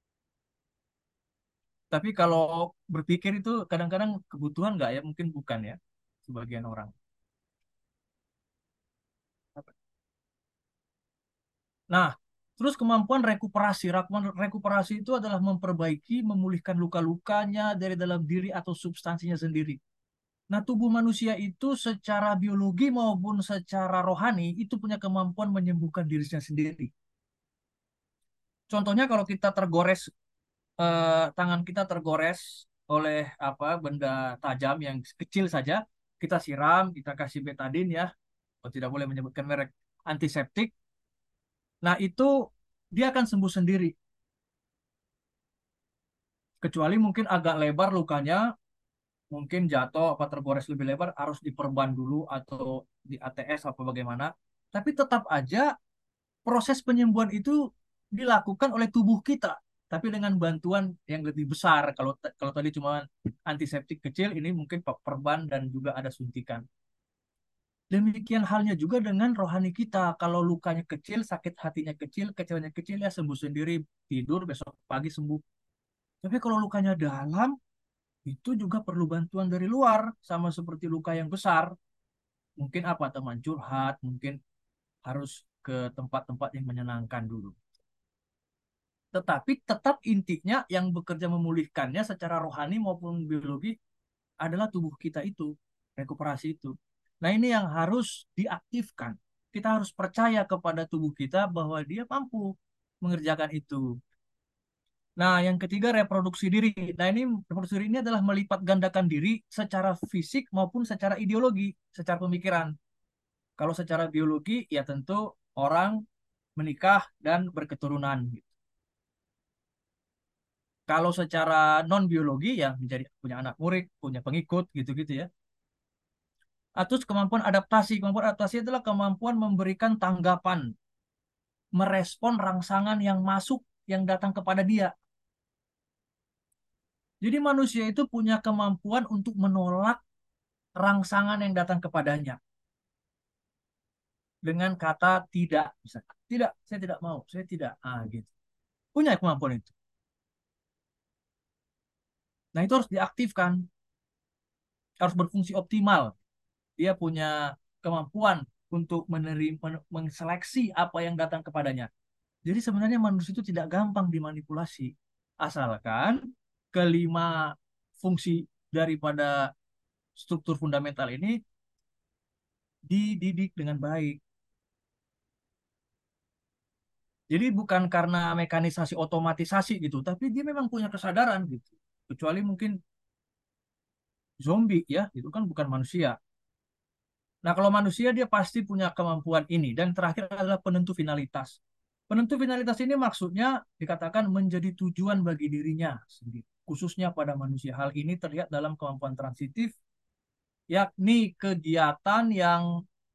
Tapi kalau berpikir itu kadang-kadang kebutuhan nggak ya, mungkin bukan ya, sebagian orang. Nah, terus kemampuan rekuperasi. Rekuperasi itu adalah memperbaiki, memulihkan luka-lukanya dari dalam diri atau substansinya sendiri. Nah, tubuh manusia itu secara biologi maupun secara rohani itu punya kemampuan menyembuhkan dirinya sendiri. Contohnya kalau kita tergores, eh, tangan kita tergores oleh apa benda tajam yang kecil saja, kita siram, kita kasih betadin ya, oh, tidak boleh menyebutkan merek, antiseptik. Nah, itu dia akan sembuh sendiri. Kecuali mungkin agak lebar lukanya, mungkin jatuh apa tergores lebih lebar, harus diperban dulu atau di A T S apa bagaimana. Tapi tetap aja proses penyembuhan itu dilakukan oleh tubuh kita, tapi dengan bantuan yang lebih besar. Kalau kalau tadi cuma antiseptik kecil, ini mungkin perban dan juga ada suntikan. Demikian halnya juga dengan rohani kita. Kalau lukanya kecil, sakit hatinya kecil, kecewanya kecil ya sembuh sendiri, tidur besok pagi sembuh. Tapi kalau lukanya dalam, itu juga perlu bantuan dari luar, sama seperti luka yang besar. Mungkin apa teman curhat, mungkin harus ke tempat-tempat yang menyenangkan dulu. Tetapi tetap intinya yang bekerja memulihkannya secara rohani maupun biologi adalah tubuh kita itu, rekuperasi itu. Nah, ini yang harus diaktifkan. Kita harus percaya kepada tubuh kita bahwa dia mampu mengerjakan itu. Nah, yang ketiga reproduksi diri. Nah, ini reproduksi diri ini adalah melipat gandakan diri secara fisik maupun secara ideologi, secara pemikiran. Kalau secara biologi, ya tentu orang menikah dan berketurunan. Kalau secara non biologi ya menjadi punya anak murid, punya pengikut gitu-gitu ya. Atau kemampuan adaptasi. Kemampuan adaptasi adalah kemampuan memberikan tanggapan, merespon rangsangan yang masuk yang datang kepada dia. Jadi manusia itu punya kemampuan untuk menolak rangsangan yang datang kepadanya dengan kata tidak, misalkan. Tidak, saya tidak mau, saya tidak. Ah, gitu. Punya kemampuan itu. Nah, itu harus diaktifkan, harus berfungsi optimal. Dia punya kemampuan untuk menerima, menseleksi apa yang datang kepadanya. Jadi sebenarnya manusia itu tidak gampang dimanipulasi, asalkan kelima fungsi daripada struktur fundamental ini dididik dengan baik. Jadi bukan karena mekanisasi otomatisasi gitu, tapi dia memang punya kesadaran gitu. Kecuali mungkin zombie ya, itu kan bukan manusia. Nah, kalau manusia dia pasti punya kemampuan ini. Dan terakhir adalah penentu finalitas. Penentu finalitas ini maksudnya dikatakan menjadi tujuan bagi dirinya sendiri. Khususnya pada manusia. Hal ini terlihat dalam kemampuan transitif, yakni kegiatan yang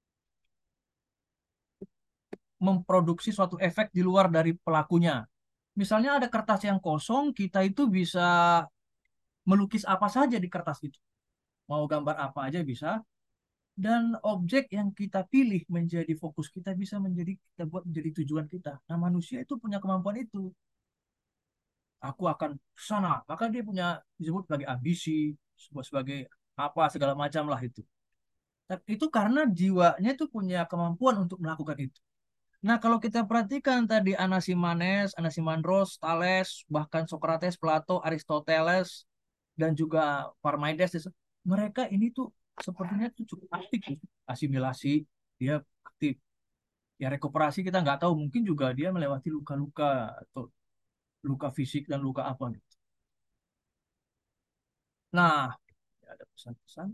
memproduksi suatu efek di luar dari pelakunya. Misalnya ada kertas yang kosong, kita itu bisa melukis apa saja di kertas itu. Mau gambar apa aja bisa, dan objek yang kita pilih menjadi fokus kita bisa menjadi kita buat menjadi tujuan kita. Nah, manusia itu punya kemampuan itu. Aku akan ke sana. Maka dia punya disebut sebagai ambisi, sebagai apa segala macam lah itu. Tapi itu karena jiwanya itu punya kemampuan untuk melakukan itu. Nah, kalau kita perhatikan tadi Anaximenes, Anaximandros, Thales, bahkan Socrates, Plato, Aristoteles, dan juga Parmenides, mereka ini tuh sepertinya itu cukup aktif ya. Asimilasi dia aktif. Ya rekuperasi kita nggak tahu, mungkin juga dia melewati luka-luka atau luka fisik dan luka apa gitu. Nah, ada pesan-pesan.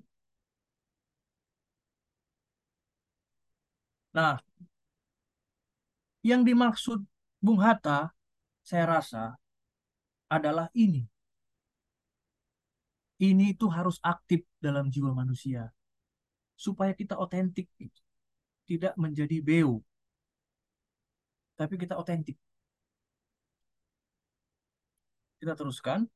Nah, yang dimaksud Bung Hatta, saya rasa adalah ini. Ini itu harus aktif dalam jiwa manusia supaya kita otentik, gitu. Tidak menjadi beo, tapi kita otentik. Kita teruskan.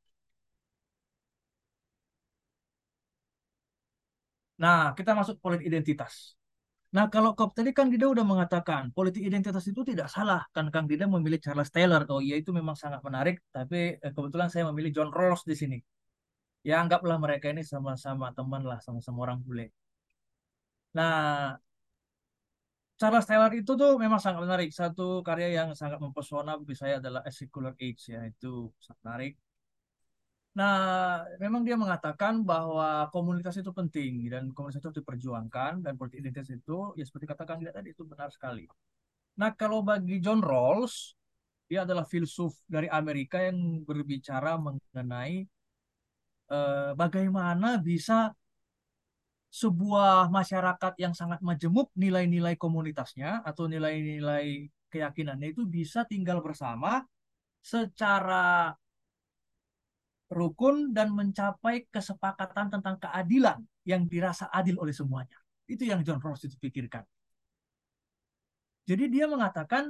Nah, kita masuk politik identitas. Nah, kalau Kop tadi Kang Dida udah mengatakan politik identitas itu tidak salah. Kan Kang Dida memilih Charles Taylor. Oh iya, itu memang sangat menarik. Tapi eh, kebetulan saya memilih John Rawls di sini. Ya anggaplah mereka ini sama-sama teman lah, sama-sama orang bule. Nah, Charles Taylor itu tuh memang sangat menarik. Satu karya yang sangat mempesona bagi saya adalah A Secular Age, ya itu sangat menarik. Nah, memang dia mengatakan bahwa komunitas itu penting dan komunitas itu diperjuangkan dan politik identitas itu ya seperti katakan dia tadi itu benar sekali. Nah, kalau bagi John Rawls, dia adalah filsuf dari Amerika yang berbicara mengenai eh, bagaimana bisa sebuah masyarakat yang sangat majemuk nilai-nilai komunitasnya atau nilai-nilai keyakinannya itu bisa tinggal bersama secara rukun dan mencapai kesepakatan tentang keadilan yang dirasa adil oleh semuanya. Itu yang John Rawls itu pikirkan. Jadi dia mengatakan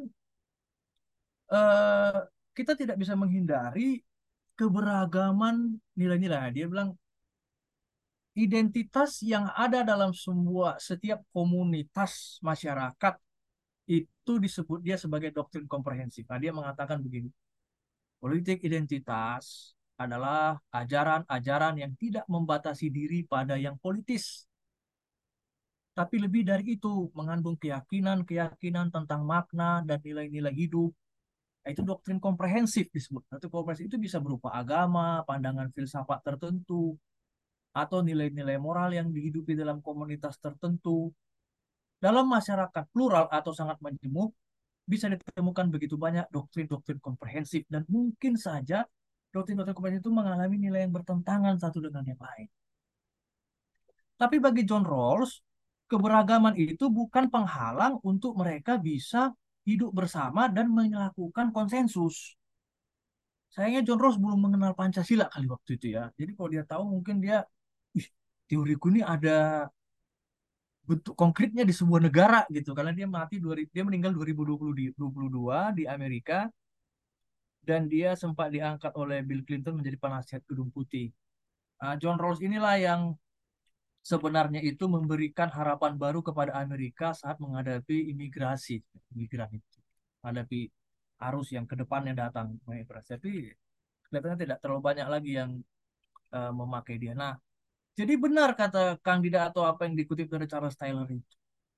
eh, kita tidak bisa menghindari keberagaman nilai-nilai. Dia bilang identitas yang ada dalam semua setiap komunitas masyarakat itu disebut dia sebagai doktrin komprehensif. Nah, dia mengatakan begini, politik identitas adalah ajaran-ajaran yang tidak membatasi diri pada yang politis, tapi lebih dari itu, mengandung keyakinan-keyakinan tentang makna dan nilai-nilai hidup. Nah, itu doktrin komprehensif disebut. Doktrin komprehensif itu bisa berupa agama, pandangan filsafat tertentu, atau nilai-nilai moral yang dihidupi dalam komunitas tertentu. Dalam masyarakat plural atau sangat majemuk, bisa ditemukan begitu banyak doktrin-doktrin komprehensif dan mungkin saja doktrin-doktrin komprehensif itu mengalami nilai yang bertentangan satu dengan yang lain. Tapi bagi John Rawls, keberagaman itu bukan penghalang untuk mereka bisa hidup bersama dan melakukan konsensus. Sayangnya John Rawls belum mengenal Pancasila kali waktu itu ya. Jadi kalau dia tahu mungkin dia, ih, teoriku ini ada bentuk konkretnya di sebuah negara gitu. Karena dia mati dia meninggal dua ribu dua puluh, dua puluh dua di Amerika dan dia sempat diangkat oleh Bill Clinton menjadi penasihat Gedung Putih. Uh, John Rawls inilah yang sebenarnya itu memberikan harapan baru kepada Amerika saat menghadapi imigrasi, imigran itu, menghadapi arus yang ke depan yang datang imigrasi. Tapi kelihatannya tidak terlalu banyak lagi yang uh, memakai dia. Nah, jadi benar kata Kang Dida atau apa yang dikutip dari Charles Taylor itu.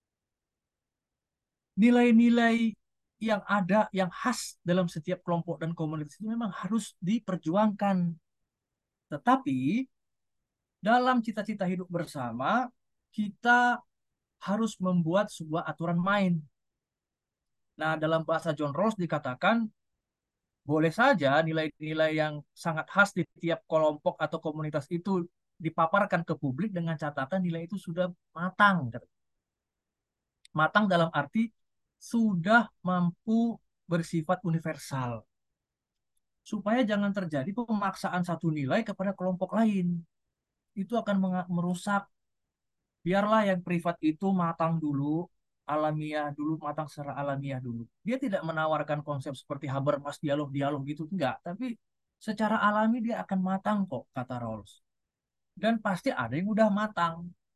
Nilai-nilai yang ada, yang khas dalam setiap kelompok dan komunitas itu memang harus diperjuangkan. Tetapi dalam cita-cita hidup bersama, kita harus membuat sebuah aturan main. Nah, dalam bahasa John Rawls dikatakan, boleh saja nilai-nilai yang sangat khas di tiap kelompok atau komunitas itu dipaparkan ke publik dengan catatan nilai itu sudah matang. Matang dalam arti sudah mampu bersifat universal. Supaya jangan terjadi pemaksaan satu nilai kepada kelompok lain. Itu akan merusak. Biarlah yang privat itu matang dulu, alamiah dulu, matang secara alamiah dulu. Dia tidak menawarkan konsep seperti Habermas dialog-dialog gitu, enggak. Tapi secara alami dia akan matang kok, kata Rawls. Dan pasti ada yang udah matang.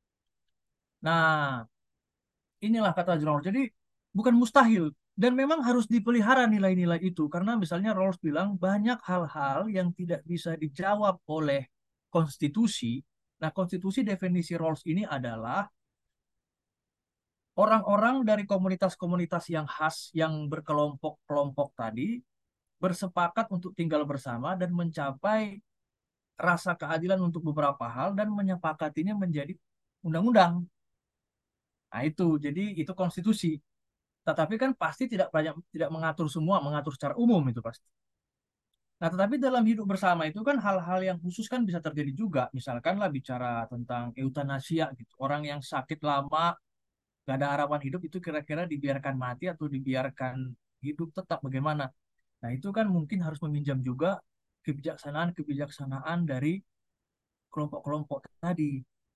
Nah, inilah kata Rawls. Jadi bukan mustahil. Dan memang harus dipelihara nilai-nilai itu. Karena misalnya Rawls bilang banyak hal-hal yang tidak bisa dijawab oleh konstitusi. Nah, konstitusi definisi Rawls ini adalah orang-orang dari komunitas-komunitas yang khas, yang berkelompok-kelompok tadi, bersepakat untuk tinggal bersama dan mencapai rasa keadilan untuk beberapa hal dan menyepakatinya menjadi undang-undang. Nah itu, jadi itu konstitusi. Tetapi kan pasti tidak banyak, tidak mengatur semua, mengatur secara umum itu pasti. Nah, tetapi dalam hidup bersama itu kan hal-hal yang khusus kan bisa terjadi juga. Misalkanlah bicara tentang eutanasia gitu. Orang yang sakit lama, gak ada harapan hidup itu kira-kira dibiarkan mati atau dibiarkan hidup tetap bagaimana. Nah, itu kan mungkin harus meminjam juga kebijaksanaan-kebijaksanaan dari kelompok-kelompok tadi.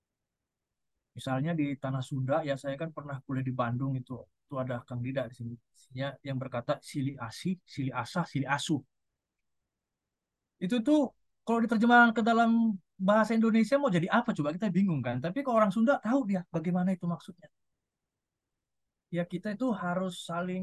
Misalnya di Tanah Sunda, ya saya kan pernah kuliah di Bandung itu. Itu ada Kang Dida di sini. Yang berkata sili asih, sili asah, sili asuh. Itu tuh kalau diterjemahkan ke dalam bahasa Indonesia mau jadi apa coba kita bingung kan. Tapi kalau orang Sunda tahu dia bagaimana itu maksudnya. Ya kita itu harus saling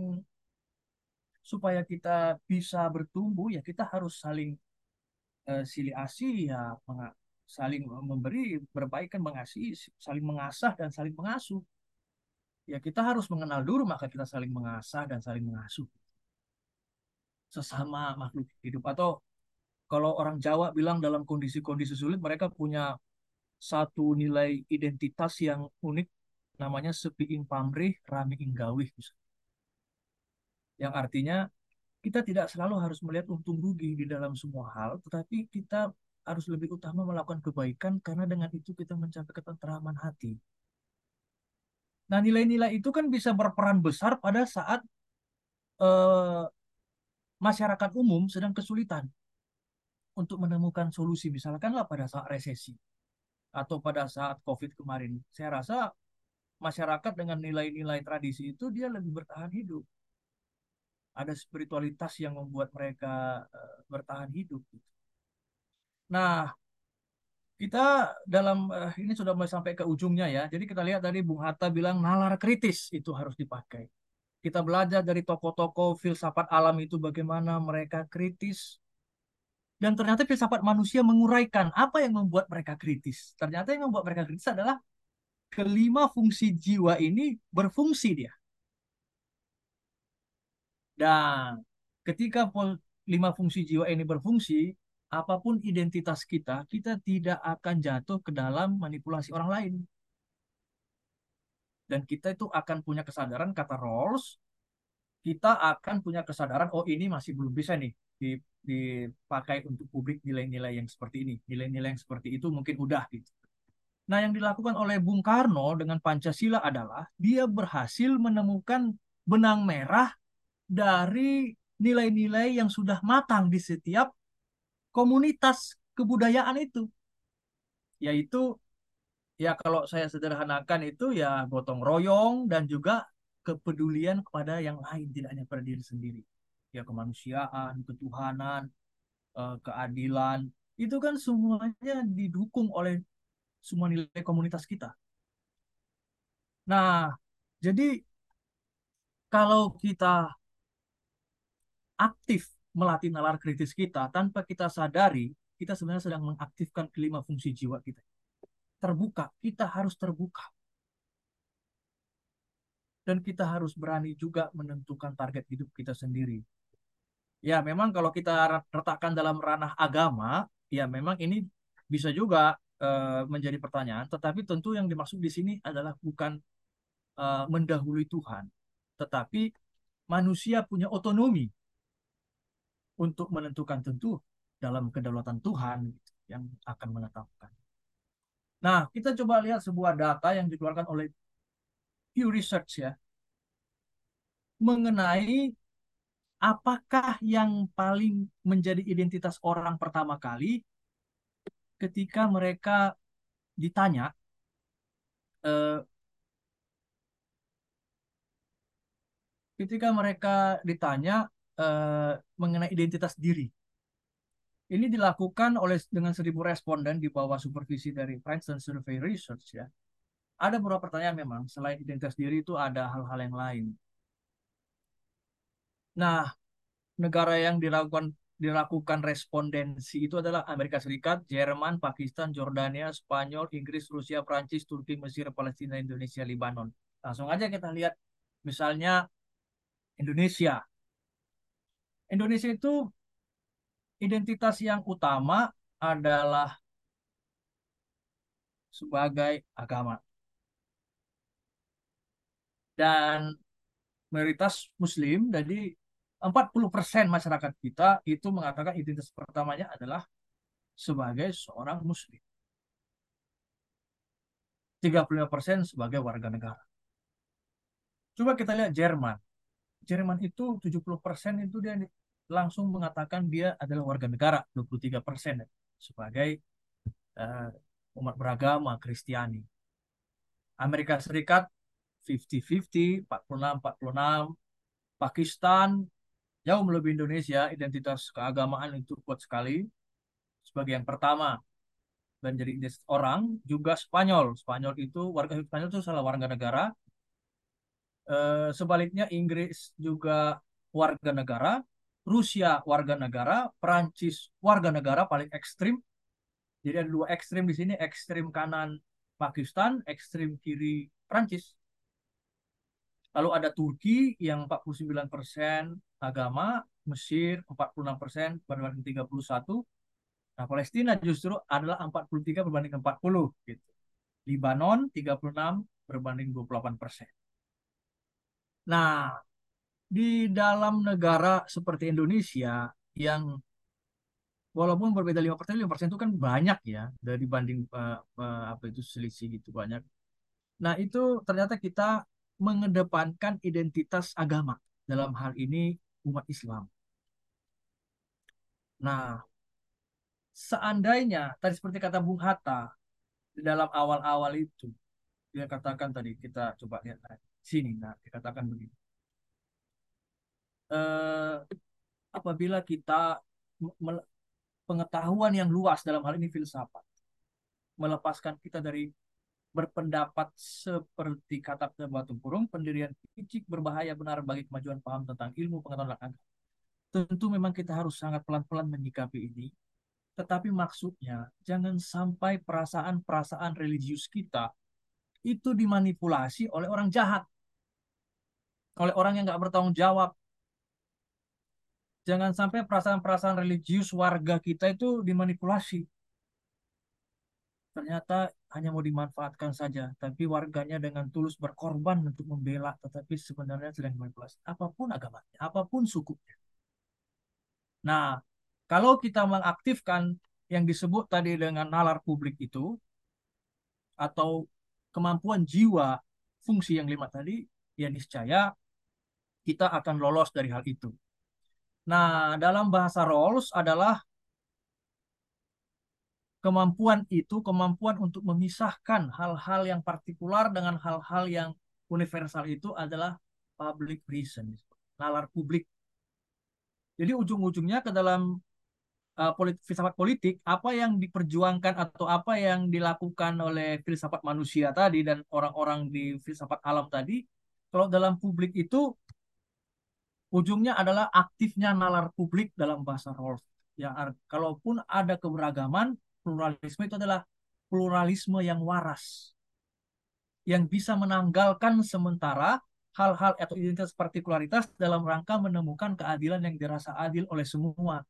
supaya kita bisa bertumbuh ya kita harus saling eh, silih asih ya menga- saling memberi berbaikan mengasihi saling mengasah dan saling mengasuh. Ya kita harus mengenal dulu maka kita saling mengasah dan saling mengasuh sesama makhluk hidup atau kalau orang Jawa bilang dalam kondisi-kondisi sulit mereka punya satu nilai identitas yang unik namanya sepi ing pamrih rami ing gawih yang artinya kita tidak selalu harus melihat untung rugi di dalam semua hal tetapi kita harus lebih utama melakukan kebaikan karena dengan itu kita mencapai ketentraman hati. Nah nilai-nilai itu kan bisa berperan besar pada saat eh, masyarakat umum sedang kesulitan untuk menemukan solusi misalkanlah pada saat resesi atau pada saat COVID kemarin saya rasa masyarakat dengan nilai-nilai tradisi itu dia lebih bertahan hidup. Ada spiritualitas yang membuat mereka uh, bertahan hidup. Nah, kita dalam uh, ini sudah mulai sampai ke ujungnya ya. Jadi kita lihat tadi Bung Hatta bilang nalar kritis itu harus dipakai. Kita belajar dari tokoh-tokoh filsafat alam itu bagaimana mereka kritis. Dan ternyata filsafat manusia menguraikan apa yang membuat mereka kritis. Ternyata yang membuat mereka kritis adalah kelima fungsi jiwa ini berfungsi dia. Dan ketika lima fungsi jiwa ini berfungsi, apapun identitas kita, kita tidak akan jatuh ke dalam manipulasi orang lain. Dan kita itu akan punya kesadaran, kata Rawls, kita akan punya kesadaran, oh ini masih belum bisa nih dipakai untuk publik nilai-nilai yang seperti ini. Nilai-nilai yang seperti itu mungkin udah gitu. Nah, yang dilakukan oleh Bung Karno dengan Pancasila adalah dia berhasil menemukan benang merah dari nilai-nilai yang sudah matang di setiap komunitas kebudayaan itu, yaitu ya kalau saya sederhanakan itu ya gotong royong dan juga kepedulian kepada yang lain, tidak hanya pada diri sendiri. Ya kemanusiaan, ketuhanan, eh, keadilan, itu kan semuanya didukung oleh semua nilai komunitas kita. Nah, jadi kalau kita aktif melatih nalar kritis kita tanpa kita sadari, kita sebenarnya sedang mengaktifkan kelima fungsi jiwa kita. Terbuka, kita harus terbuka. Dan kita harus berani juga menentukan target hidup kita sendiri. Ya, memang kalau kita letakkan dalam ranah agama, ya memang ini bisa juga uh, menjadi pertanyaan, tetapi tentu yang dimaksud di sini adalah bukan uh, mendahului Tuhan, tetapi manusia punya otonomi untuk menentukan tentu dalam kedaulatan Tuhan yang akan menetapkan. Nah, kita coba lihat sebuah data yang dikeluarkan oleh Pew Research ya, mengenai apakah yang paling menjadi identitas orang pertama kali ketika mereka ditanya eh, ketika mereka ditanya eh, mengenai identitas diri. Ini dilakukan oleh dengan seribu responden di bawah supervisi dari Princeton Survey Research ya. Ada beberapa pertanyaan memang selain identitas diri itu ada hal-hal yang lain. Nah, negara yang dilakukan dilakukan respondensi itu adalah Amerika Serikat, Jerman, Pakistan, Jordania, Spanyol, Inggris, Rusia, Prancis, Turki, Mesir, Palestina, Indonesia, Lebanon. Langsung aja kita lihat misalnya Indonesia. Indonesia itu identitas yang utama adalah sebagai agama. dan mayoritas Muslim. Jadi empat puluh persen masyarakat kita itu mengatakan identitas pertamanya adalah sebagai seorang Muslim. Tiga puluh lima persen sebagai warga negara. Coba kita lihat Jerman. Jerman itu tujuh puluh persen itu dia langsung mengatakan dia adalah warga negara. Dua puluh tiga persen sebagai uh, umat beragama Kristiani. Amerika Serikat lima puluh lima puluh, empat puluh enam empat puluh enam. Pakistan jauh melebihi Indonesia, identitas keagamaan itu kuat sekali sebagai yang pertama dan jadi identitas orang. Juga Spanyol, Spanyol itu warga Spanyol itu salah warga negara. Eh, sebaliknya Inggris juga warga negara, Rusia warga negara, Perancis warga negara paling ekstrim. Jadi ada dua ekstrim di sini, ekstrim kanan Pakistan, ekstrim kiri Perancis. Lalu ada Turki yang empat puluh sembilan persen agama, Mesir empat puluh enam persen berbanding tiga puluh satu. Nah, Palestina justru adalah empat puluh tiga berbanding empat puluh gitu. Libanon tiga puluh enam berbanding dua puluh delapan persen. Nah, di dalam negara seperti Indonesia yang walaupun berbeda lima persen, lima persen itu kan banyak ya dari banding uh, uh, apa itu selisih gitu banyak. Nah, itu ternyata kita mengedepankan identitas agama dalam hal ini umat Islam. Nah, seandainya tadi seperti kata Bung Hatta di dalam awal-awal itu dia katakan tadi kita coba lihat nah, sini, nah dikatakan begini. Eh, apabila kita pengetahuan yang luas dalam hal ini filsafat melepaskan kita dari berpendapat seperti kata batu kurung pendirian picik berbahaya benar bagi kemajuan paham tentang ilmu pengetahuan agama. Tentu memang kita harus sangat pelan-pelan menyikapi ini, tetapi maksudnya jangan sampai perasaan-perasaan religius kita itu dimanipulasi oleh orang jahat, oleh orang yang nggak bertanggung jawab. Jangan sampai perasaan-perasaan religius warga kita itu dimanipulasi. Ternyata hanya mau dimanfaatkan saja, tapi warganya dengan tulus berkorban untuk membela, tetapi sebenarnya sedang dimanipulasi. Apapun agamanya, apapun sukunya. Nah, kalau kita mengaktifkan yang disebut tadi dengan nalar publik itu, atau kemampuan jiwa fungsi yang lima tadi, ya niscaya kita akan lolos dari hal itu. Nah, dalam bahasa Rawls adalah kemampuan itu, kemampuan untuk memisahkan hal-hal yang partikular dengan hal-hal yang universal itu adalah public reason, nalar publik. Jadi ujung-ujungnya ke dalam uh, polit, filsafat politik, apa yang diperjuangkan atau apa yang dilakukan oleh filsafat manusia tadi dan orang-orang di filsafat alam tadi, kalau dalam publik itu ujungnya adalah aktifnya nalar publik dalam bahasa Rawls. Ya, kalaupun ada keberagaman, pluralisme itu adalah pluralisme yang waras, yang bisa menanggalkan sementara hal-hal atau identitas partikularitas dalam rangka menemukan keadilan yang dirasa adil oleh semua.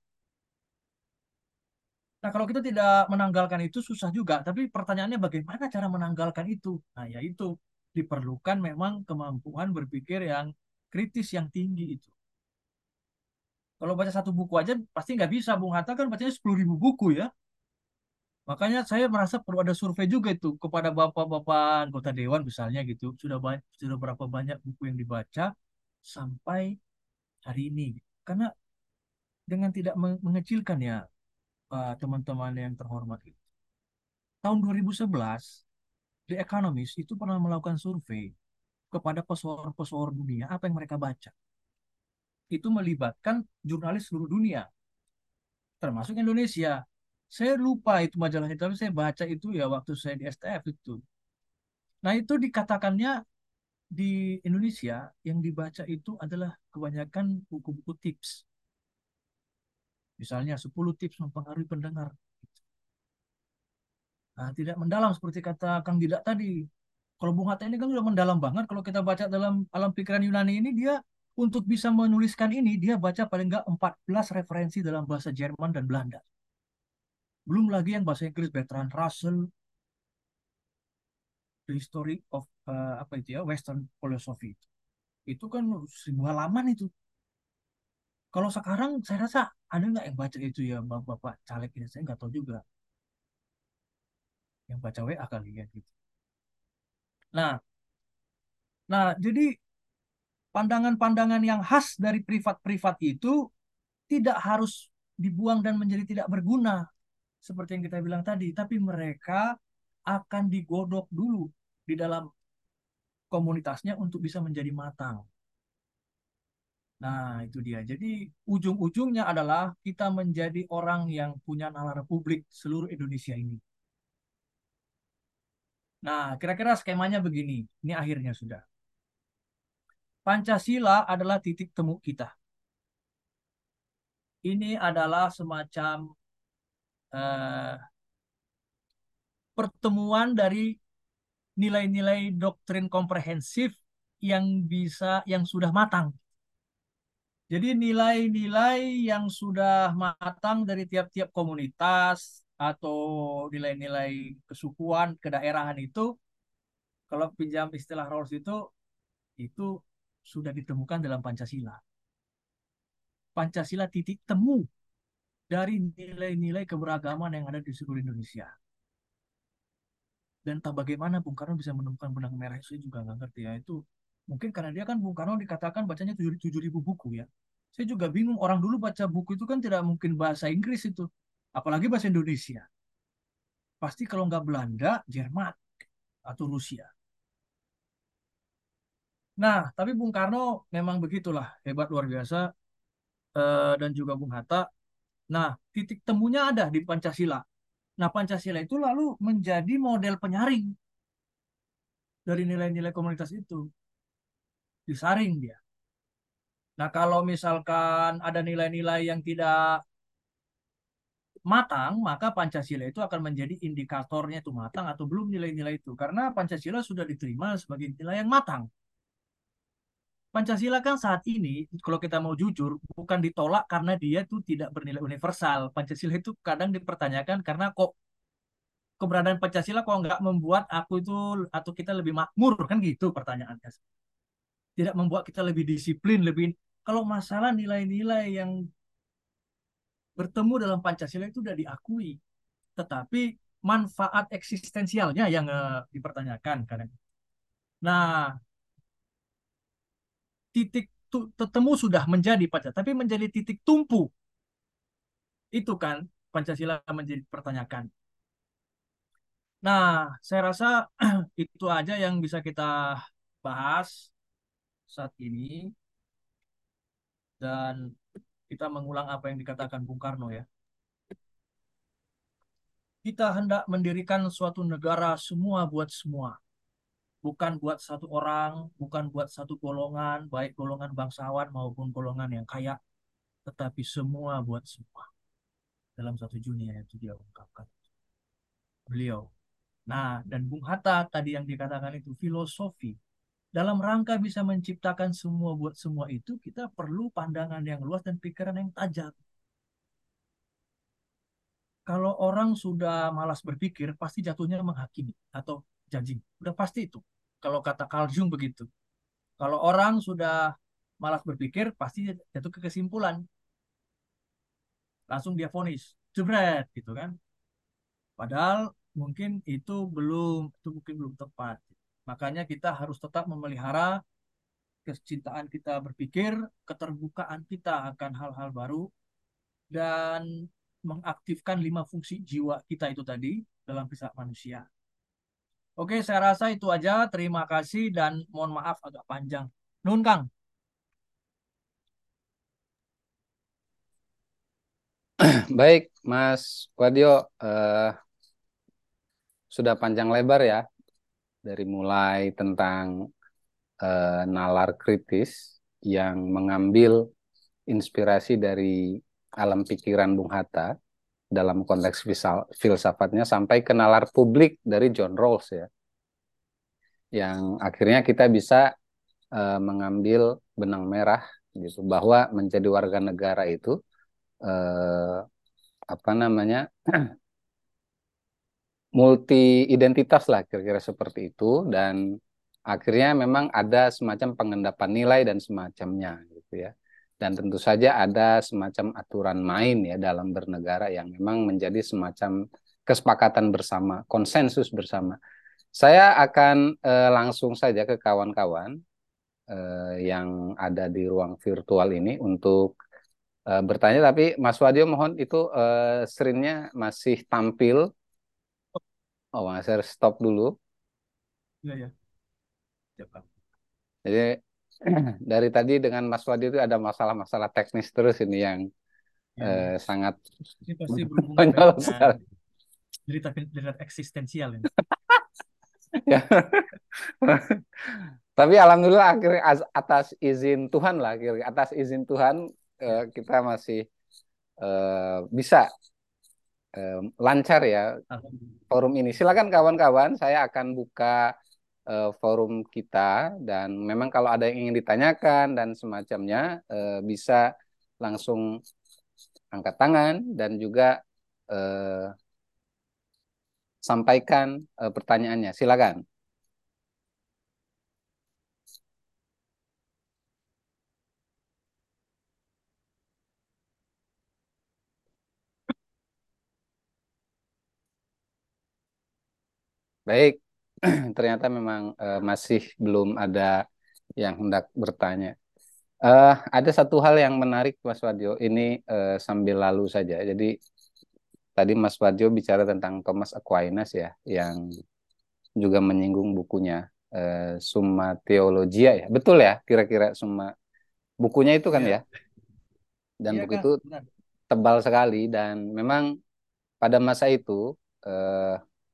Nah, kalau kita tidak menanggalkan itu susah juga, tapi pertanyaannya bagaimana cara menanggalkan itu? Nah, yaitu diperlukan memang kemampuan berpikir yang kritis yang tinggi itu. Kalau baca satu buku aja pasti nggak bisa. Bung Hatta kan bacanya sepuluh ribu buku ya. Makanya saya merasa perlu ada survei juga itu kepada bapak-bapak anggota dewan misalnya gitu. Sudah banyak, sudah berapa banyak buku yang dibaca sampai hari ini. Karena dengan tidak mengecilkan ya teman-teman yang terhormat itu. Tahun dua ribu sebelas, The Economist itu pernah melakukan survei kepada pesohor-pesohor dunia apa yang mereka baca. Itu melibatkan jurnalis seluruh dunia, termasuk Indonesia. Saya lupa itu majalahnya, tapi saya baca itu ya waktu saya di S T F itu. Nah, itu dikatakannya di Indonesia yang dibaca itu adalah kebanyakan buku-buku tips. Misalnya sepuluh tips mempengaruhi pendengar. Nah, tidak mendalam seperti kata Kang Didak tadi. Kalau Bung Hatta ini kan sudah mendalam banget. Kalau kita baca dalam alam pikiran Yunani ini, dia untuk bisa menuliskan ini, dia baca paling nggak empat belas referensi dalam bahasa Jerman dan Belanda. Belum lagi yang bahasa Inggris, Bertrand Russell, The History of eh, apa itu ya, Western philosophy itu. Itu kan seribu halaman itu. Kalau sekarang saya rasa ada nggak yang baca itu ya, bapak-bapak caleg ini, saya nggak tahu juga yang baca W A kali ya gitu. Nah, nah jadi pandangan-pandangan yang khas dari privat-privat itu tidak harus dibuang dan menjadi tidak berguna seperti yang kita bilang tadi, tapi mereka akan digodok dulu di dalam komunitasnya untuk bisa menjadi matang. Nah, itu dia. Jadi ujung-ujungnya adalah kita menjadi orang yang punya nalar publik seluruh Indonesia ini. Nah, kira-kira skemanya begini. Ini akhirnya sudah. Pancasila adalah titik temu kita. Ini adalah semacam eh, pertemuan dari nilai-nilai doktrin komprehensif yang bisa, yang sudah matang. Jadi nilai-nilai yang sudah matang dari tiap-tiap komunitas atau nilai-nilai kesukuan, kedaerahan itu, kalau pinjam istilah Rawls itu, itu sudah ditemukan dalam Pancasila. Pancasila titik temu dari nilai-nilai keberagaman yang ada di seluruh Indonesia. Dan tak bagaimana Bung Karno bisa menemukan benang merah itu, saya juga nggak ngerti ya. Itu mungkin karena dia kan, Bung Karno dikatakan bacanya tujuh ribu buku ya. Saya juga bingung, orang dulu baca buku itu kan tidak mungkin bahasa Inggris itu. Apalagi bahasa Indonesia. Pasti kalau nggak Belanda, Jerman, atau Rusia. Nah, tapi Bung Karno memang begitulah, hebat luar biasa. Eh, dan juga Bung Hatta. Nah, titik temunya ada di Pancasila. Nah, Pancasila itu lalu menjadi model penyaring dari nilai-nilai komunitas itu. Disaring dia. Nah, kalau misalkan ada nilai-nilai yang tidak matang, maka Pancasila itu akan menjadi indikatornya itu matang atau belum nilai-nilai itu. Karena Pancasila sudah diterima sebagai nilai yang matang. Pancasila kan saat ini, kalau kita mau jujur, bukan ditolak karena dia itu tidak bernilai universal. Pancasila itu kadang dipertanyakan karena kok keberadaan Pancasila kok nggak membuat aku itu atau kita lebih makmur, kan gitu pertanyaannya. Tidak membuat kita lebih disiplin, lebih, kalau masalah nilai-nilai yang bertemu dalam Pancasila itu sudah diakui, tetapi manfaat eksistensialnya yang uh, dipertanyakan kadang. Nah, titik temu sudah menjadi Pancasila, tapi menjadi titik tumpu itu kan Pancasila menjadi pertanyakan. Nah, saya rasa itu aja yang bisa kita bahas saat ini, dan kita mengulang apa yang dikatakan Bung Karno ya. Kita hendak mendirikan suatu negara semua buat semua. Bukan buat satu orang, bukan buat satu golongan, baik golongan bangsawan maupun golongan yang kaya, tetapi semua buat semua. Dalam satu Juni ya, itu dia ungkapkan beliau. Nah, dan Bung Hatta tadi yang dikatakan itu filosofi. Dalam rangka bisa menciptakan semua buat semua itu, kita perlu pandangan yang luas dan pikiran yang tajam. Kalau orang sudah malas berpikir, pasti jatuhnya menghakimi atau judging. Udah pasti itu. Kalau kata Carl Jung begitu. Kalau orang sudah malas berpikir, pasti jatuh ke kesimpulan. Langsung dia vonis. Jebret, gitu kan. Padahal mungkin itu belum, itu mungkin belum tepat. Makanya kita harus tetap memelihara kecintaan kita berpikir, keterbukaan kita akan hal-hal baru, dan mengaktifkan lima fungsi jiwa kita itu tadi dalam kisah manusia. Oke, saya rasa itu aja. Terima kasih dan mohon maaf agak panjang. Nun, Kang. Baik, Mas Wadio, eh, sudah panjang lebar ya, dari mulai tentang eh, nalar kritis yang mengambil inspirasi dari alam pikiran Bung Hatta dalam konteks filsafatnya sampai ke nalar publik dari John Rawls ya, yang akhirnya kita bisa eh, mengambil benang merah gitu bahwa menjadi warga negara itu eh, apa namanya multi identitas lah kira-kira seperti itu, dan akhirnya memang ada semacam pengendapan nilai dan semacamnya gitu ya. Dan tentu saja ada semacam aturan main ya dalam bernegara yang memang menjadi semacam kesepakatan bersama, konsensus bersama. Saya akan eh, langsung saja ke kawan-kawan eh, yang ada di ruang virtual ini untuk eh, bertanya. Tapi Mas Wadio mohon itu eh, screen-nya masih tampil. Oh, Mas, saya stop dulu. Ya, ya. Siap, Kak. Jadi dari tadi dengan Mas Wadi itu ada masalah-masalah teknis terus ini yang Ya, ya. eh, sangat Ini pasti berhubungan konyol dengan sekali. derita-derita eksistensial ini. Ya. Tapi alhamdulillah akhirnya az- atas izin Tuhan lah, akhirnya atas izin Tuhan eh, Ya, kita masih eh, bisa eh, lancar ya alhamdulillah. forum ini. Silakan kawan-kawan, saya akan buka eh, forum kita dan memang kalau ada yang ingin ditanyakan dan semacamnya eh, bisa langsung angkat tangan dan juga eh, sampaikan eh, pertanyaannya. Silakan. Baik, ternyata memang eh, masih belum ada yang hendak bertanya. Eh, ada satu hal yang menarik, Mas Wadyo. Ini eh, sambil lalu saja. Jadi tadi Mas Wadyo bicara tentang Thomas Aquinas ya, yang juga menyinggung bukunya eh, Summa Theologia ya. Betul ya, kira-kira Summa bukunya itu kan ya. Iya, Dan iya buku Kak, itu benar. tebal sekali dan memang pada masa itu eh,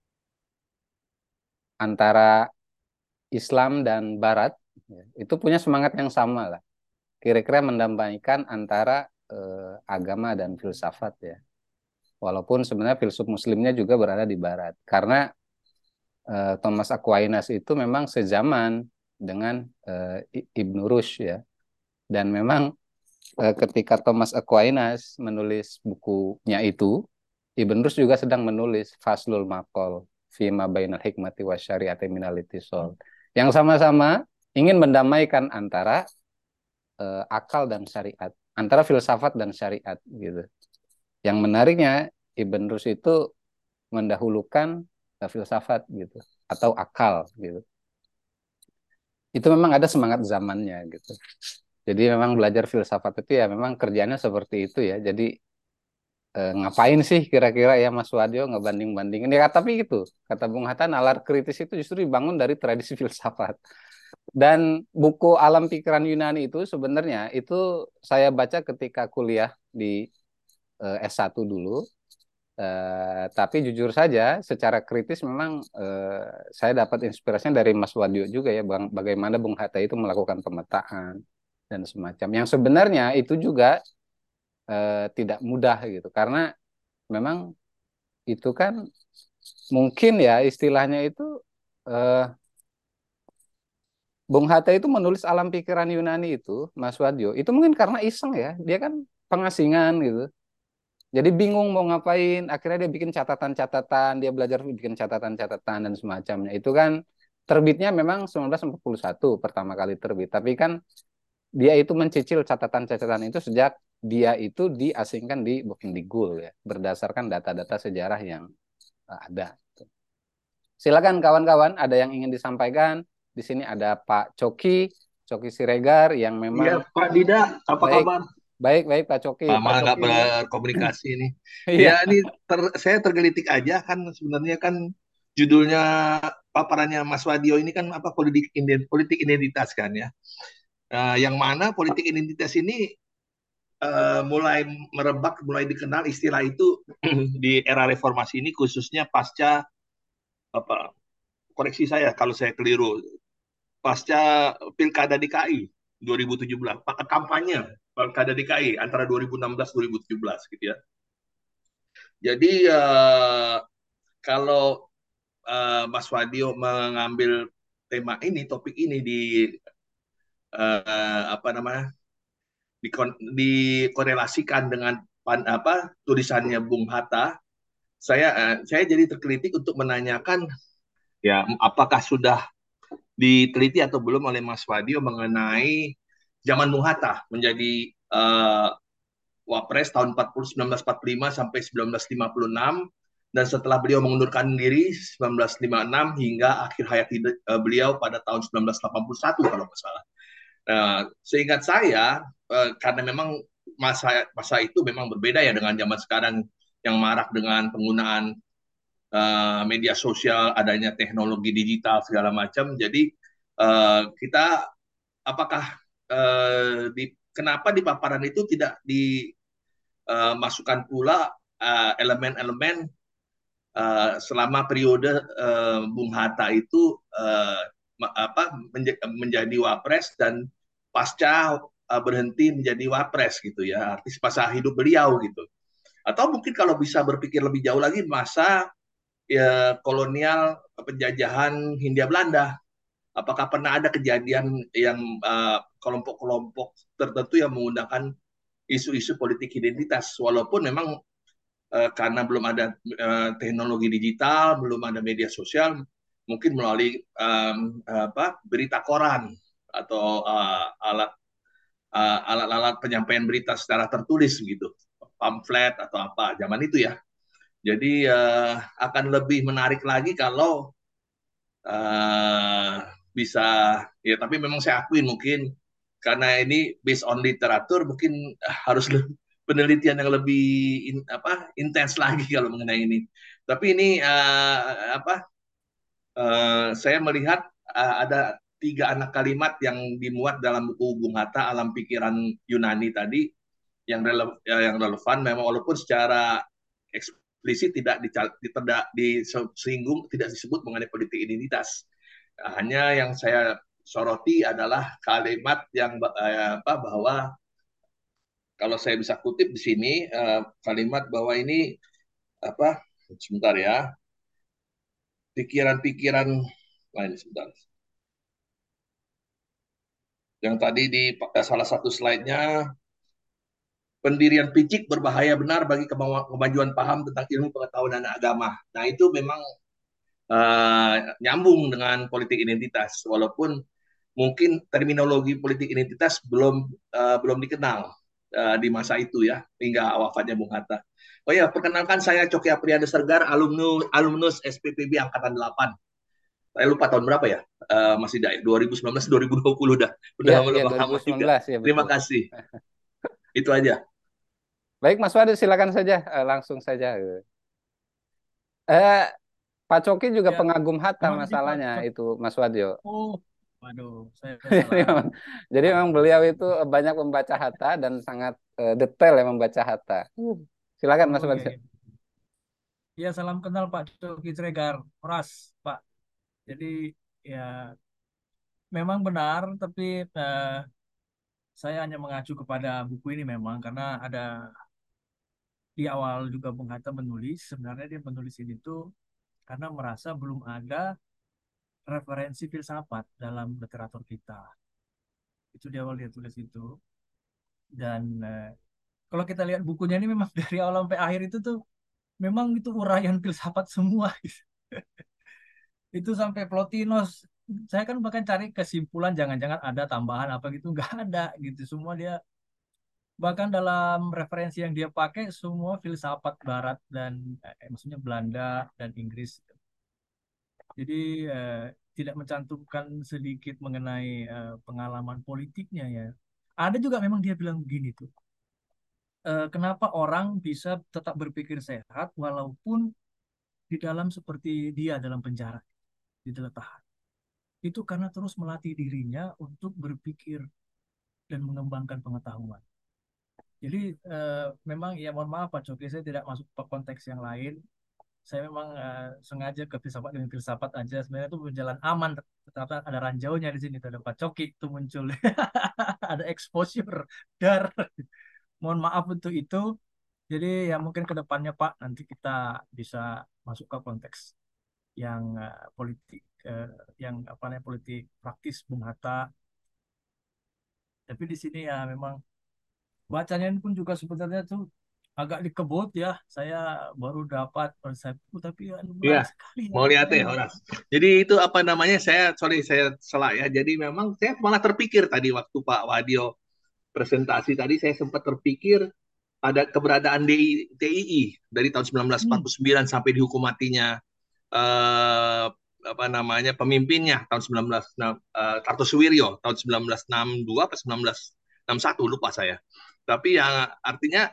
antara Islam dan Barat ya, itu punya semangat yang sama lah. Kira-kira mendamaikan antara eh, agama dan filsafat ya. Walaupun sebenarnya filsuf Muslimnya juga berada di Barat. Karena eh, Thomas Aquinas itu memang sezaman dengan eh, Ibnu Rushd ya. Dan memang eh, ketika Thomas Aquinas menulis bukunya itu, Ibn Rushd juga sedang menulis Faslul Maqal Fima Bainal Hikmati wa Syariati Minal Ittisal, yang sama-sama ingin mendamaikan antara eh, akal dan syariat, antara filsafat dan syariat gitu. Yang menariknya Ibn Rushd itu mendahulukan eh, filsafat gitu atau akal gitu. Itu memang ada semangat zamannya gitu. Jadi memang belajar filsafat itu ya memang kerjanya seperti itu ya. Jadi eh, ngapain sih kira-kira ya Mas Wadyo ngebanding-bandingin ya tapi gitu kata Bung Hatta nalar kritis itu justru dibangun dari tradisi filsafat dan buku Alam Pikiran Yunani itu sebenarnya itu saya baca ketika kuliah di eh, S satu dulu. Eh, tapi jujur saja secara kritis memang eh, saya dapat inspirasinya dari Mas Wadyo juga ya bang, bagaimana Bung Hatta itu melakukan pemetaan dan semacam yang sebenarnya itu juga eh, tidak mudah gitu karena memang itu kan mungkin ya istilahnya itu eh, Bung Hatta itu menulis Alam Pikiran Yunani itu, Mas Wadyo, itu mungkin karena iseng ya, dia kan pengasingan gitu. Jadi bingung mau ngapain, akhirnya dia bikin catatan-catatan, dia belajar bikin catatan-catatan dan semacamnya. Itu kan terbitnya memang seribu sembilan ratus empat puluh satu pertama kali terbit, tapi kan dia itu mencicil catatan-catatan itu sejak dia itu diasingkan di Bokindikul ya, berdasarkan data-data sejarah yang eh, ada. Silakan kawan-kawan, ada yang ingin disampaikan. Di sini ada Pak Coki, Coki Siregar yang memang Iya, Pak Dida, apa baik, kabar? baik, baik Pak Coki. Lama Pak nggak Coki ini, berkomunikasi ini. Ya, iya, ini ter- saya tergelitik aja kan sebenarnya kan judulnya paparannya Mas Wadio ini kan apa politik ident- politik identitas kan ya. Eh, yang mana politik identitas ini eh, mulai merebak, mulai dikenal istilah itu di era reformasi ini khususnya pasca apa koreksi saya kalau saya keliru pasca Pilkada D K I dua ribu tujuh belas, paket kampanye Pilkada D K I antara dua ribu enam belas dua ribu tujuh belas gitu ya. Jadi uh, kalau uh, Mas Wadio mengambil tema ini, topik ini di uh, apa namanya, dikon- dikorelasikan dengan pan, apa tulisannya Bung Hatta, saya uh, saya jadi terkelitik untuk menanyakan ya apakah sudah diteliti atau belum oleh Mas Wadio mengenai zaman Bung Hatta menjadi uh, Wapres tahun empat puluh, seribu sembilan ratus empat puluh lima sampai seribu sembilan ratus lima puluh enam, dan setelah beliau mengundurkan diri seribu sembilan ratus lima puluh enam hingga akhir hayat uh, beliau pada tahun seribu sembilan ratus delapan puluh satu kalau nggak salah. Nah, seingat saya uh, karena memang masa masa itu memang berbeda ya dengan zaman sekarang yang marak dengan penggunaan uh, media sosial, adanya teknologi digital segala macam. Jadi uh, kita apakah uh, di, kenapa di paparan itu tidak dimasukkan uh, pula uh, elemen-elemen uh, selama periode uh, Bung Hatta itu uh, apa menja menjadi wapres dan pasca uh, berhenti menjadi wapres gitu ya, artis masa hidup beliau gitu. Atau mungkin kalau bisa berpikir lebih jauh lagi masa ya, kolonial penjajahan Hindia Belanda. Apakah pernah ada kejadian yang kelompok-kelompok uh, tertentu yang menggunakan isu-isu politik identitas, walaupun memang uh, karena belum ada uh, teknologi digital, belum ada media sosial, mungkin melalui um, apa, berita koran atau uh, alat uh, alat-alat penyampaian berita secara tertulis gitu, pamflet atau apa zaman itu ya. Jadi uh, akan lebih menarik lagi kalau uh, bisa ya, tapi memang saya akuin mungkin karena ini based on literatur mungkin harus penelitian yang lebih in, apa intens lagi kalau mengenai ini. Tapi ini uh, apa uh, saya melihat uh, ada tiga anak kalimat yang dimuat dalam buku Bung Hatta Alam Pikiran Yunani tadi yang rele yang relevan memang, walaupun secara eksplisit tidak tidak disinggung, tidak disebut mengenai politik identitas. Hanya yang saya soroti adalah kalimat yang eh, apa bahwa kalau saya bisa kutip di sini eh, kalimat bahwa ini apa sebentar ya, pikiran-pikiran lain sebentar. Yang tadi di salah satu slide-nya, pendirian picik berbahaya benar bagi kemajuan paham tentang ilmu pengetahuan dan agama. Nah, itu memang uh, nyambung dengan politik identitas, walaupun mungkin terminologi politik identitas belum uh, belum dikenal uh, di masa itu ya, hingga wafatnya Bung Hatta. Oh ya, perkenalkan saya Coki Apriada Sergar, alumnus alumnus S P P B angkatan delapan. Saya lupa tahun berapa ya, uh, masih dua ribu sembilan belas dua ribu dua puluh udah udah Ya, ya lama juga. dua ribu sembilan belas ya Terima betul. kasih. Itu aja. Baik Mas Wadi, silakan saja uh, langsung saja. Eh, Pak Coki juga Ya, pengagum Hatta memang tadi Pak masalahnya Cok. itu Mas Wadio. Oh, waduh, saya Jadi salah. memang, jadi memang beliau itu banyak membaca Hatta dan sangat uh, detail ya membaca Hatta. Uh, Silakan Mas Oh iya, Wadio. iya. Ya, salam kenal Pak Coki Tregar, Ras, Pak. Jadi ya memang benar, tapi eh, saya hanya mengacu kepada buku ini memang karena ada di awal juga Bung Hatta menulis. Sebenarnya dia menulis ini tuh karena merasa belum ada referensi filsafat dalam literatur kita. Itu di awal dia tulis itu. Dan eh, kalau kita lihat bukunya ini memang dari awal sampai akhir itu tuh memang itu uraian filsafat semua. Itu sampai Plotinus. Saya kan bahkan cari kesimpulan jangan-jangan ada tambahan apa gitu, nggak ada gitu. Semua dia bahkan dalam referensi yang dia pakai semua filsafat Barat dan eh, maksudnya Belanda dan Inggris. Jadi eh, tidak mencantumkan sedikit mengenai eh, pengalaman politiknya ya. Ada juga memang dia bilang begini tuh. Eh, kenapa orang bisa tetap berpikir sehat walaupun di dalam seperti dia dalam penjara, di dalam tahan. Itu karena terus melatih dirinya untuk berpikir dan mengembangkan pengetahuan. Jadi eh, memang ya mohon maaf Pak Coki, saya tidak masuk ke konteks yang lain. Saya memang eh, sengaja ke filsafat dengan filsafat aja. Sebenarnya itu berjalan aman, tetapi ada ranjaunya di sini. Tuh, ada Pak Coki itu muncul, ada exposure dar. Mohon maaf untuk itu. Jadi ya mungkin ke depannya Pak nanti kita bisa masuk ke konteks yang eh, politik, eh, yang apa namanya politik praktis Bung Hatta. Tapi di sini ya memang bacanya pun juga sebenarnya tuh agak dikebut ya. Saya baru dapat persepsi, tapi ya, Iya, menarik sekali ya. mau lihat ya, Hmm. Horas. Jadi itu apa namanya? Saya sorry saya salah ya. Jadi memang saya malah terpikir tadi waktu Pak Wadio presentasi tadi saya sempat terpikir ada keberadaan D I, T I I dari tahun seribu sembilan ratus empat Hmm. puluh sembilan sampai dihukum matinya eh, apa namanya pemimpinnya tahun seribu sembilan ratus enam eh, Kartosuwiryo tahun seribu sembilan ratus enam puluh dua atau seribu sembilan ratus enam puluh satu lupa saya. Tapi yang artinya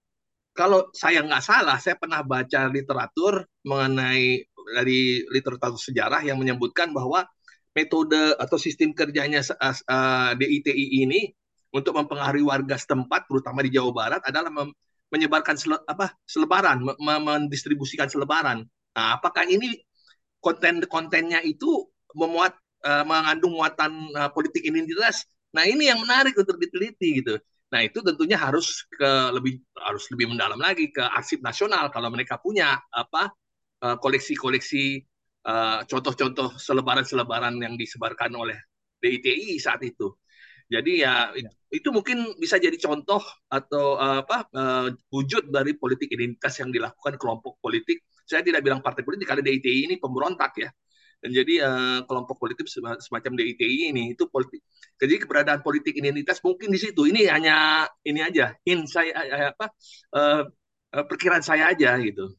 kalau saya nggak salah, saya pernah baca literatur mengenai dari literatur sejarah yang menyebutkan bahwa metode atau sistem kerjanya uh, D I T I ini untuk mempengaruhi warga setempat, terutama di Jawa Barat, adalah mem- menyebarkan sele, apa, selebaran, mendistribusikan selebaran. Nah, apakah ini konten-kontennya itu memuat uh, mengandung muatan uh, politik identitas? Nah, ini yang menarik untuk diteliti gitu. Nah, itu tentunya harus ke lebih harus lebih mendalam lagi ke arsip nasional kalau mereka punya apa uh, koleksi-koleksi uh, contoh-contoh selebaran-selebaran yang disebarkan oleh D I T I saat itu. Jadi ya Ya. itu mungkin bisa jadi contoh atau uh, apa uh, wujud dari politik identitas yang dilakukan kelompok politik. Saya tidak bilang partai politik karena D I T I ini pemberontak ya. Dan jadi uh, kelompok politik semacam D I T I ini itu politik. Jadi keberadaan politik identitas mungkin di situ. Ini hanya ini aja, in saya apa uh, uh, perkiraan saya aja gitu.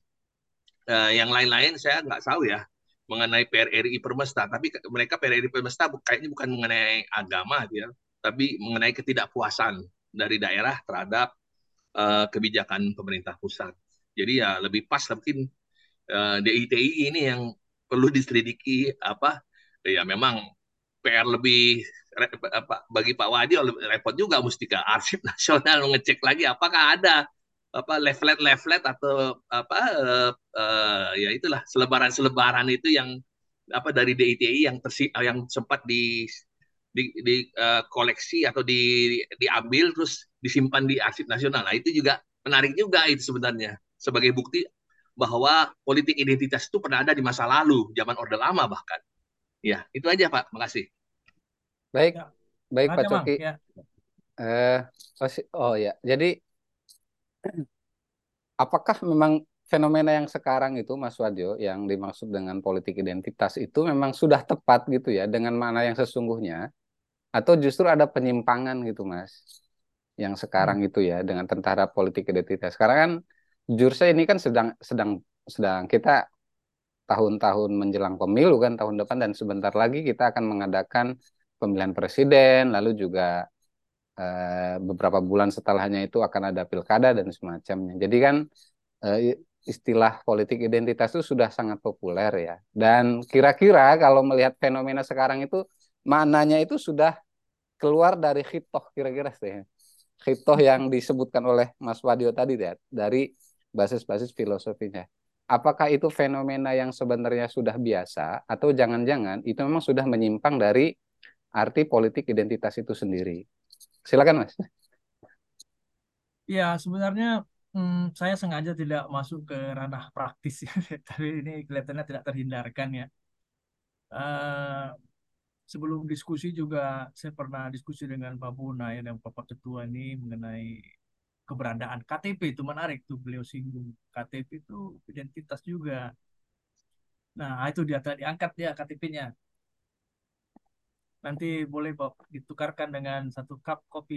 Uh, yang lain-lain saya nggak tahu ya mengenai P R R I Permesta. Tapi mereka P R R I Permesta kayaknya bukan mengenai agama ya, tapi mengenai ketidakpuasan dari daerah terhadap uh, kebijakan pemerintah pusat. Jadi ya lebih pas mungkin uh, D I T I ini yang perlu diselidiki apa ya memang P R lebih apa, bagi Pak Wadi repot juga mesti ke arsip nasional ngecek lagi apakah ada apa leaflet-leaflet atau apa uh, uh, ya itulah selebaran-selebaran itu yang apa dari D I T I yang tersi, yang sempat di di, di uh, koleksi atau di diambil terus disimpan di arsip nasional. Nah, itu juga menarik juga itu sebenarnya sebagai bukti bahwa politik identitas itu pernah ada di masa lalu, zaman Orde Lama bahkan. Ya, itu aja Pak. Makasih. Baik, Ya, baik Pak ada Mang. Coki. Ya. Eh, oh, si- oh ya, jadi apakah memang fenomena yang sekarang itu, Mas Wadyo, yang dimaksud dengan politik identitas itu memang sudah tepat gitu ya dengan makna yang sesungguhnya, atau justru ada penyimpangan gitu, Mas, yang Hmm. sekarang itu ya dengan tentara politik identitas? Karena kan jujur saya ini kan sedang sedang sedang kita tahun-tahun menjelang pemilu kan tahun depan dan sebentar lagi kita akan mengadakan pemilihan presiden, lalu juga eh, beberapa bulan setelahnya itu akan ada pilkada dan semacamnya. Jadi kan eh, istilah politik identitas itu sudah sangat populer ya. Dan kira-kira kalau melihat fenomena sekarang itu maknanya itu sudah keluar dari khitoh kira-kira sih. Khitoh yang disebutkan oleh Mas Wadio tadi ya, dari basis-basis filosofinya. Apakah itu fenomena yang sebenarnya sudah biasa atau jangan-jangan itu memang sudah menyimpang dari arti politik identitas itu sendiri? Silakan Mas. Ya, sebenarnya hmm, saya sengaja tidak masuk ke ranah praktis ya, tapi ini kelihatannya tidak terhindarkan ya. Eh, Sebelum diskusi juga saya pernah diskusi dengan Pak Buna ya dan Bapak Ketua ini mengenai keberadaan K T P itu menarik tuh beliau singgung. K T P itu identitas juga. Nah, itu dia tadi diangkat ya K T P-nya. Nanti boleh Pak ditukarkan dengan satu cup kopi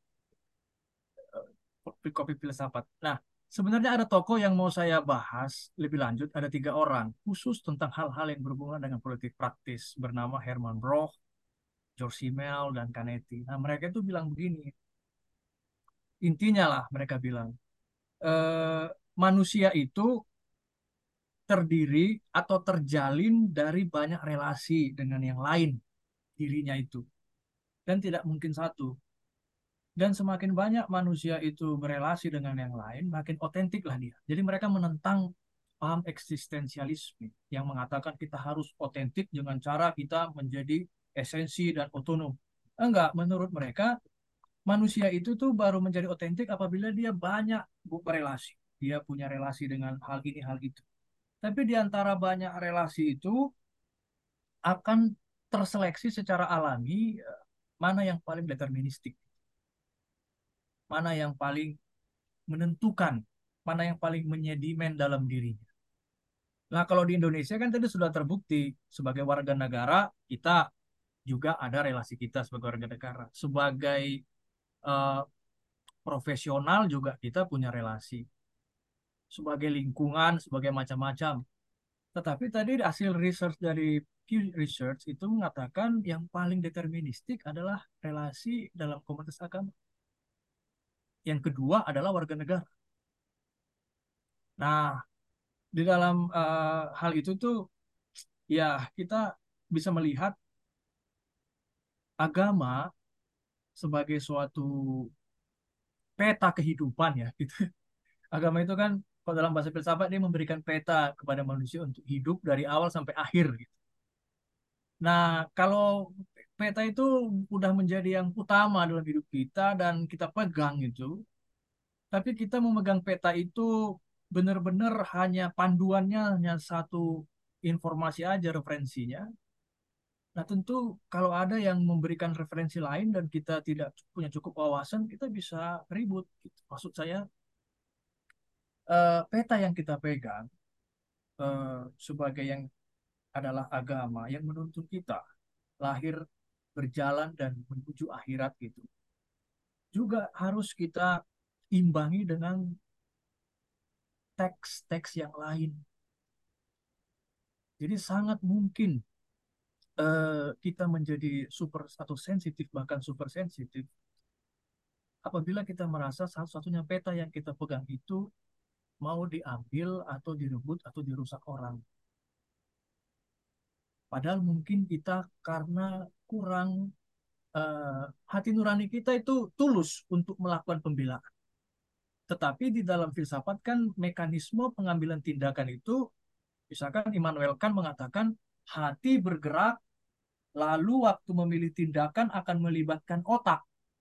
kopi, kopi filsafat. Nah, sebenarnya ada tokoh yang mau saya bahas lebih lanjut. Ada tiga orang khusus tentang hal-hal yang berhubungan dengan politik praktis bernama Herman Broch, George Simmel, dan Canetti. Nah, mereka itu bilang begini. Intinya lah mereka bilang, eh, manusia itu terdiri atau terjalin dari banyak relasi dengan yang lain dirinya itu. Dan tidak mungkin satu. Dan semakin banyak manusia itu berelasi dengan yang lain, makin otentik lah dia. Jadi mereka menentang paham eksistensialisme yang mengatakan kita harus otentik dengan cara kita menjadi esensi dan otonom. Enggak, menurut mereka manusia itu tuh baru menjadi otentik apabila dia banyak berelasi. Dia punya relasi dengan hal ini, hal itu. Tapi di antara banyak relasi itu akan terseleksi secara alami eh, mana yang paling deterministik, mana yang paling menentukan. mana yang paling menyedimen dalam dirinya. Nah, kalau di Indonesia kan tadi sudah terbukti sebagai warga negara kita juga ada relasi kita sebagai warga negara. Sebagai eh, profesional juga kita punya relasi. Sebagai lingkungan, sebagai macam-macam. Tetapi tadi hasil research dari Pew Research itu mengatakan yang paling deterministik adalah relasi dalam komunitas agama. Yang kedua adalah warga negara. Nah, di dalam eh, hal itu tuh ya kita bisa melihat agama sebagai suatu peta kehidupan ya gitu. Agama itu kan kalau dalam bahasa filsafat dia memberikan peta kepada manusia untuk hidup dari awal sampai akhir gitu. Nah, kalau peta itu udah menjadi yang utama dalam hidup kita dan kita pegang itu, tapi kita memegang peta itu benar-benar hanya panduannya hanya satu informasi aja referensinya. Nah, tentu kalau ada yang memberikan referensi lain dan kita tidak punya cukup wawasan, kita bisa ribut gitu. Maksud saya, eh, peta yang kita pegang eh, sebagai yang adalah agama yang menuntun kita lahir, berjalan dan menuju akhirat gitu. Juga harus kita imbangi dengan teks-teks yang lain. Jadi sangat mungkin eh, kita menjadi super atau sensitif bahkan super sensitif apabila kita merasa satu-satunya peta yang kita pegang itu mau diambil atau direbut atau dirusak orang. Padahal mungkin kita karena kurang eh, hati nurani kita itu tulus untuk melakukan pembelaan. Tetapi di dalam filsafat kan mekanisme pengambilan tindakan itu, misalkan Immanuel Kant mengatakan hati bergerak, lalu waktu memilih tindakan akan melibatkan otak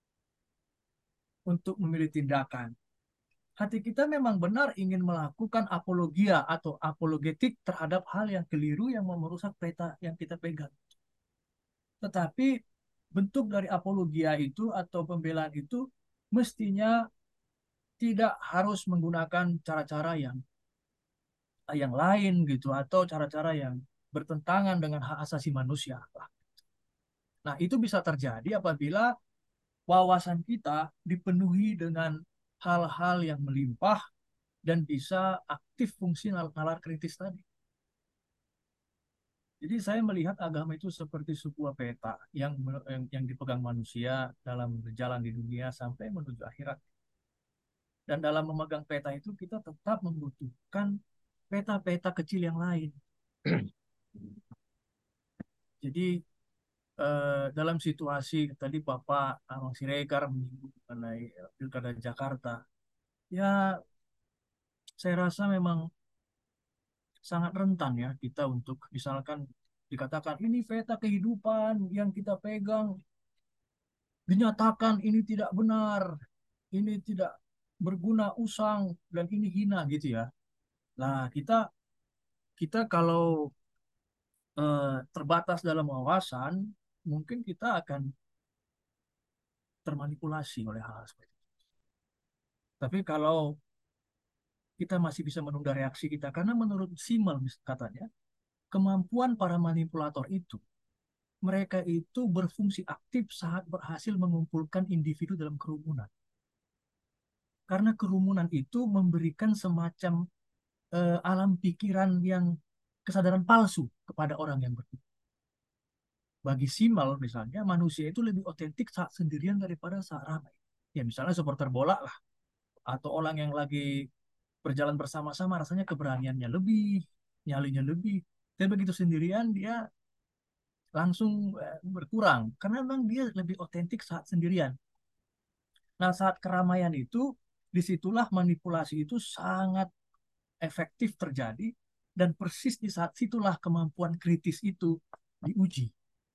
untuk memilih tindakan. Hati kita memang benar ingin melakukan apologia atau apologetik terhadap hal yang keliru yang merusak peta yang kita pegang. Tetapi bentuk dari apologia itu atau pembelaan itu mestinya tidak harus menggunakan cara-cara yang yang lain gitu atau cara-cara yang bertentangan dengan hak asasi manusia. Nah, itu bisa terjadi apabila wawasan kita dipenuhi dengan hal-hal yang melimpah dan bisa aktif fungsi nalar kritis tadi. Jadi saya melihat agama itu seperti sebuah peta yang yang, yang dipegang manusia dalam berjalan di dunia sampai menuju akhirat. Dan dalam memegang peta itu kita tetap membutuhkan peta-peta kecil yang lain. Jadi eh, dalam situasi tadi Bapak Amang Siregar menyinggung mengenai eh, Pilkada Jakarta, ya saya rasa memang sangat rentan ya kita untuk misalkan dikatakan ini peta kehidupan yang kita pegang, dinyatakan ini tidak benar, ini tidak berguna usang dan ini hina gitu ya. Nah, kita kita kalau eh, terbatas dalam wawasan, mungkin kita akan termanipulasi oleh hal seperti itu. Tapi kalau kita masih bisa menunda reaksi kita, karena menurut Simmel katanya, kemampuan para manipulator itu, mereka itu berfungsi aktif saat berhasil mengumpulkan individu dalam kerumunan. Karena kerumunan itu memberikan semacam eh, alam pikiran yang kesadaran palsu kepada orang yang beriman. Bagi Simmel misalnya, manusia itu lebih otentik saat sendirian daripada saat ramai. Ya misalnya supporter bola lah, atau orang yang lagi berjalan bersama-sama rasanya keberaniannya lebih, nyalinya lebih. Dan begitu sendirian dia langsung eh, berkurang karena memang dia lebih otentik saat sendirian. Nah, saat keramaian itu disitulah manipulasi itu sangat efektif terjadi dan persis di saat situlah kemampuan kritis itu diuji.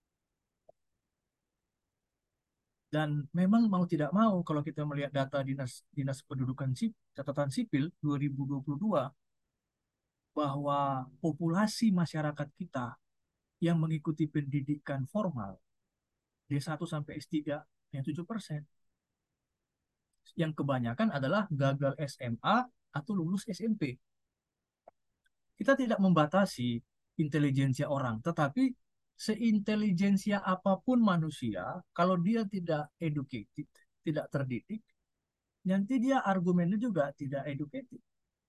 Dan memang mau tidak mau kalau kita melihat data Dinas Dinas Pendudukan Sipil, Catatan Sipil dua ribu dua puluh dua bahwa populasi masyarakat kita yang mengikuti pendidikan formal D satu sampai S tiga yang tujuh persen. Yang kebanyakan adalah gagal S M A atau lulus S M P. Kita tidak membatasi intelijensia orang, tetapi seintelijensia apapun manusia, kalau dia tidak educated, tidak terdidik, nanti dia argumennya juga tidak educated.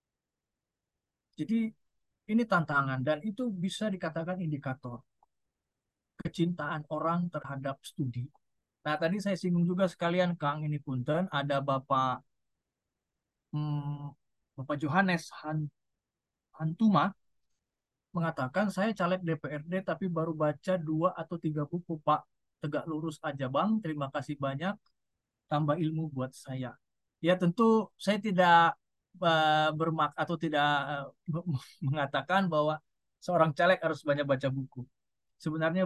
Jadi ini tantangan dan itu bisa dikatakan indikator kecintaan orang terhadap studi. Nah, tadi saya singgung juga sekalian, Kang, ini punten, ada Bapak hmm, Bapak Johannes Han, Hantuma mengatakan, saya caleg D P R D tapi baru baca dua atau tiga buku, Pak. Tegak lurus aja, Bang. Terima kasih banyak. Tambah ilmu buat saya. Ya, tentu saya tidak uh, bermak atau tidak uh, mengatakan bahwa seorang caleg harus banyak baca buku. Sebenarnya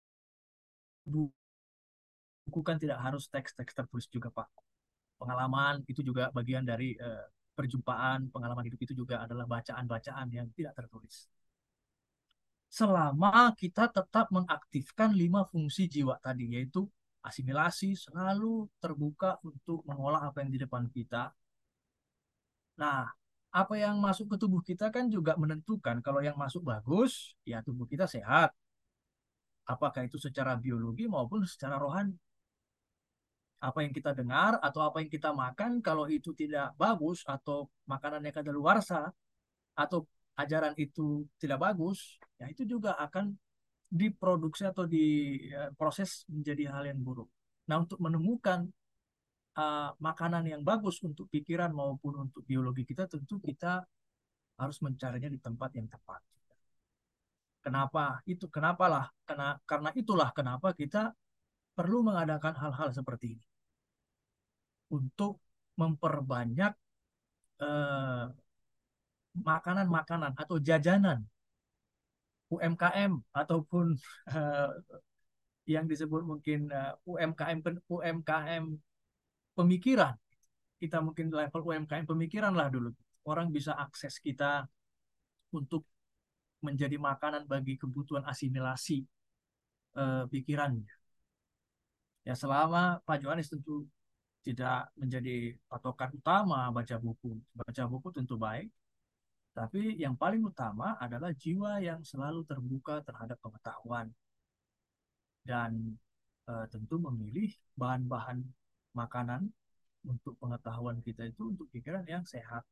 buku kan tidak harus teks-teks tertulis juga, Pak. Pengalaman itu juga bagian dari uh, perjumpaan, pengalaman hidup itu juga adalah bacaan-bacaan yang tidak tertulis. Selama kita tetap mengaktifkan lima fungsi jiwa tadi, yaitu asimilasi, selalu terbuka untuk mengolah apa yang di depan kita. Nah, apa yang masuk ke tubuh kita kan juga menentukan. Kalau yang masuk bagus, ya tubuh kita sehat. Apakah itu secara biologi maupun secara rohani. Apa yang kita dengar atau apa yang kita makan, kalau itu tidak bagus atau makanannya kadaluarsa atau ajaran itu tidak bagus, ya itu juga akan diproduksi atau diproses menjadi hal yang buruk. Nah, untuk menemukan uh, makanan yang bagus untuk pikiran maupun untuk biologi kita, tentu kita harus mencarinya di tempat yang tepat. Kenapa? Itu kenapalah? Karena karena itulah kenapa kita perlu mengadakan hal-hal seperti ini untuk memperbanyak uh, makanan-makanan atau jajanan U M K M ataupun uh, yang disebut mungkin uh, U M K M U M K M pemikiran. Kita mungkin level U M K M pemikiran lah dulu. Orang bisa akses kita untuk menjadi makanan bagi kebutuhan asimilasi uh, pikirannya. Ya, selama Pak Johannes tentu tidak menjadi patokan utama baca buku. Baca buku tentu baik, tapi yang paling utama adalah jiwa yang selalu terbuka terhadap pengetahuan. Dan e, tentu memilih bahan-bahan makanan untuk pengetahuan kita itu untuk pikiran yang sehat.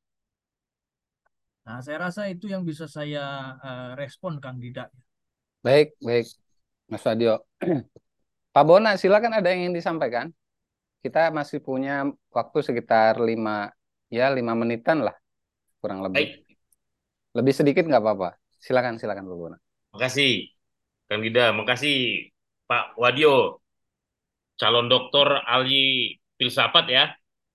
Nah, saya rasa itu yang bisa saya e, respon, Kang Dida. Baik, baik, Mas Wadio. Pak Bona, silakan, ada yang ingin disampaikan. Kita masih punya waktu sekitar lima, ya lima menitan lah, kurang lebih. Baik. Lebih sedikit nggak apa-apa. Silakan, silakan Pak Bona. Makasih, Kang Dida. Makasih, Pak Wadio, calon doktor ahli filsafat ya.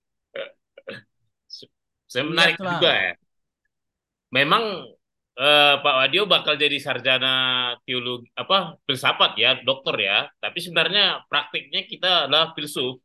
Saya menarik Lihatlah. juga ya. Memang eh, Pak Wadio bakal jadi sarjana teologi apa filsafat ya, dokter ya. Tapi sebenarnya praktiknya kita adalah filsuf.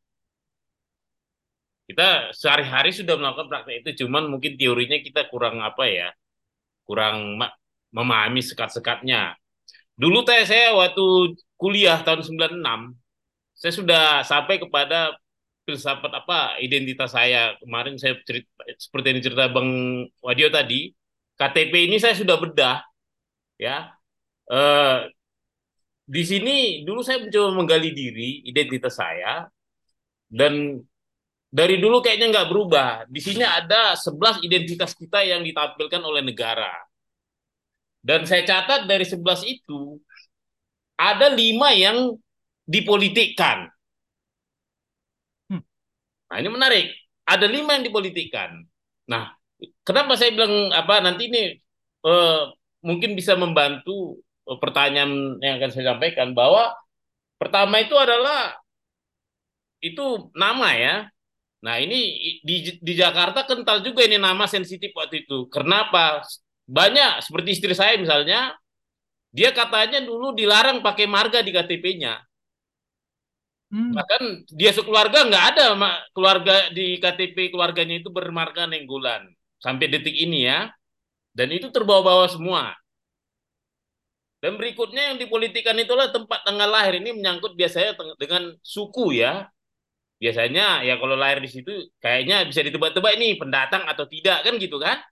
Kita sehari-hari sudah melakukan praktek itu, cuman mungkin teorinya kita kurang apa ya, kurang memahami sekat-sekatnya. Dulu teh saya waktu kuliah tahun sembilan puluh enam, saya sudah sampai kepada filsafat apa identitas saya. Kemarin saya cerita, seperti yang cerita Bang Wadio tadi, K T P ini saya sudah bedah ya. Eh, di sini dulu saya mencoba menggali diri, identitas saya, dan dari dulu kayaknya nggak berubah. Di sini ada sebelas identitas kita yang ditampilkan oleh negara. Dan saya catat dari sebelas itu, ada lima yang dipolitikkan. Hmm. Nah, ini menarik. Ada lima yang dipolitikkan. Nah, kenapa saya bilang apa nanti ini eh, mungkin bisa membantu eh, pertanyaan yang akan saya sampaikan, bahwa pertama itu adalah itu nama ya. Nah, ini di, di Jakarta kental juga ini nama sensitif waktu itu. Kenapa? Banyak, seperti istri saya misalnya, dia katanya dulu dilarang pakai marga di K T P-nya. Hmm. Bahkan dia sekeluarga nggak ada keluarga di K T P keluarganya itu bermarga Nenggolan. Sampai detik ini ya. Dan itu terbawa-bawa semua. Dan berikutnya yang dipolitikan itulah tempat tanggal lahir. Ini menyangkut biasanya dengan suku ya. biasanya ya kalau lahir di situ kayaknya bisa ditebak-tebak ini pendatang atau tidak kan gitu kan?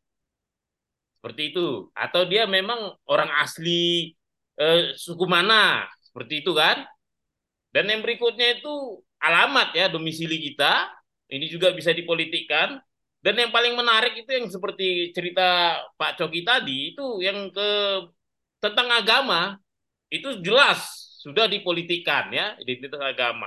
Seperti itu. Atau dia memang orang asli eh, suku mana? Seperti itu kan? Dan yang berikutnya itu alamat ya, domisili kita. Ini juga bisa dipolitikkan. Dan yang paling menarik itu yang seperti cerita Pak Coki tadi, itu yang ke tentang agama, itu jelas sudah dipolitikkan ya, identitas agama.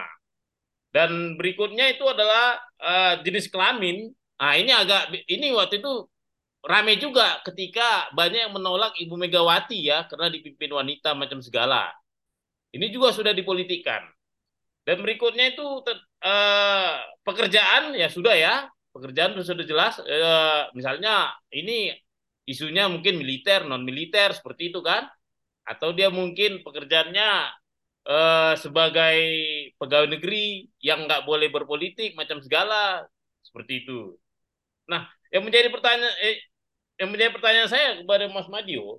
Dan berikutnya itu adalah uh, jenis kelamin. Nah, ini agak ini waktu itu rame juga ketika banyak yang menolak Ibu Megawati ya karena dipimpin wanita macam segala. Ini juga sudah dipolitikkan. Dan berikutnya itu uh, pekerjaan ya sudah ya, pekerjaan sudah jelas. Uh, misalnya ini isunya mungkin militer, non militer seperti itu kan? Atau dia mungkin pekerjaannya eh, sebagai pegawai negeri yang nggak boleh berpolitik macam segala seperti itu. Nah, yang menjadi pertanyaan eh, yang menjadi pertanyaan saya kepada Mas Madio,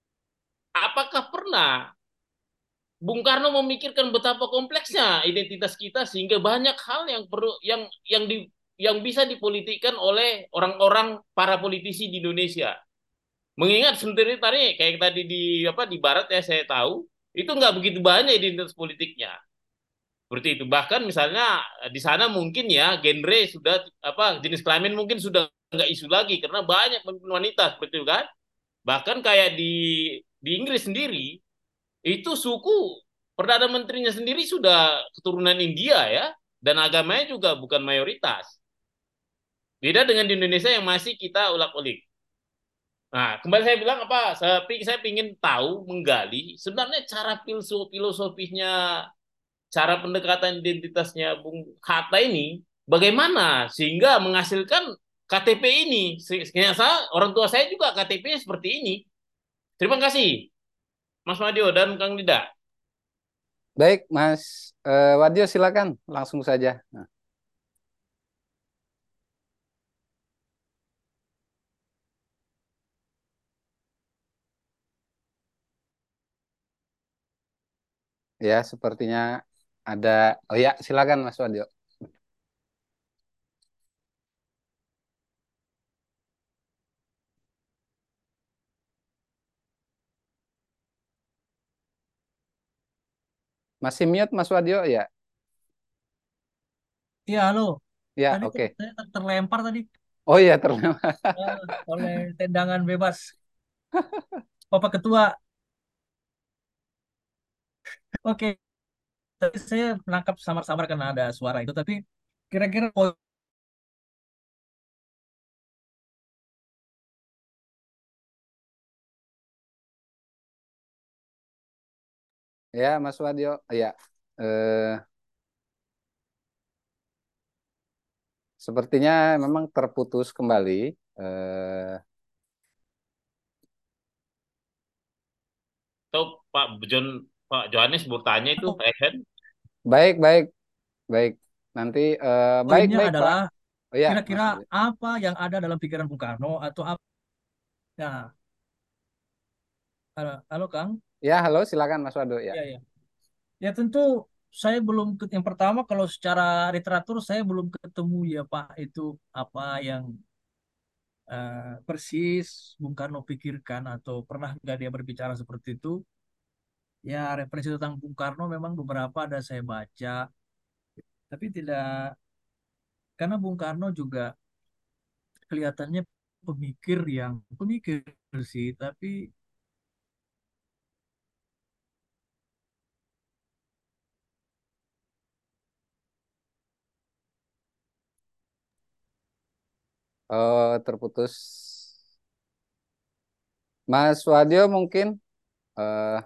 apakah pernah Bung Karno memikirkan betapa kompleksnya identitas kita sehingga banyak hal yang perlu yang yang di yang bisa dipolitikkan oleh orang-orang para politisi di Indonesia. Mengingat sebenarnya tadi kayak tadi di apa di Barat ya saya tahu itu nggak begitu banyak identitas politiknya seperti itu. Bahkan misalnya di sana mungkin ya genre sudah apa jenis kelamin mungkin sudah nggak isu lagi karena banyak pemimpin wanita seperti itu kan. Bahkan kayak di di Inggris sendiri itu suku perdana menterinya sendiri sudah keturunan India ya dan agamanya juga bukan mayoritas. Beda dengan di Indonesia yang masih kita ulak-ulik. Nah, kembali saya bilang apa? Saya, saya ingin tahu, menggali sebenarnya cara filosofinya, cara pendekatan identitasnya Bung Hatta ini bagaimana sehingga menghasilkan K T P ini. Saya, orang tua saya juga K T P-nya seperti ini. Terima kasih, Mas Madio dan Kang Dida. Baik, Mas uh, Wadio silakan langsung saja. Nah. Ya, sepertinya ada. Oh ya, silakan Mas Wadio. Masih mute Mas Wadio ya? Iya, halo. Ya, Tadi oke. tuh saya terlempar tadi Oh iya, terlempar. eh, oleh tendangan bebas Bapak Ketua. Oke, tadi saya menangkap samar-samar karena ada suara itu, tapi kira-kira poin Ya, Mas Wadio. Ya, eh, sepertinya memang terputus kembali. Eh, Atau Pak John, Pak Johannes bertanya itu, Pak Ehen. baik, baik, baik. Nanti eh, baik, poinnya baik, Pak. adalah Oh ya, Mas kira-kira Wadio. apa yang ada dalam pikiran Bung Karno atau apa? Nah, halo, halo Kang. Ya, halo, silakan Mas Wadio ya. Ya, ya. Ya tentu saya belum ke- yang pertama kalau secara literatur saya belum ketemu ya Pak itu apa yang eh, persis Bung Karno pikirkan atau pernah nggak dia berbicara seperti itu. Ya referensi tentang Bung Karno memang beberapa ada saya baca, tapi tidak karena Bung Karno juga kelihatannya pemikir yang pemikir sih, tapi Oh, terputus. Mas Wadio mungkin eh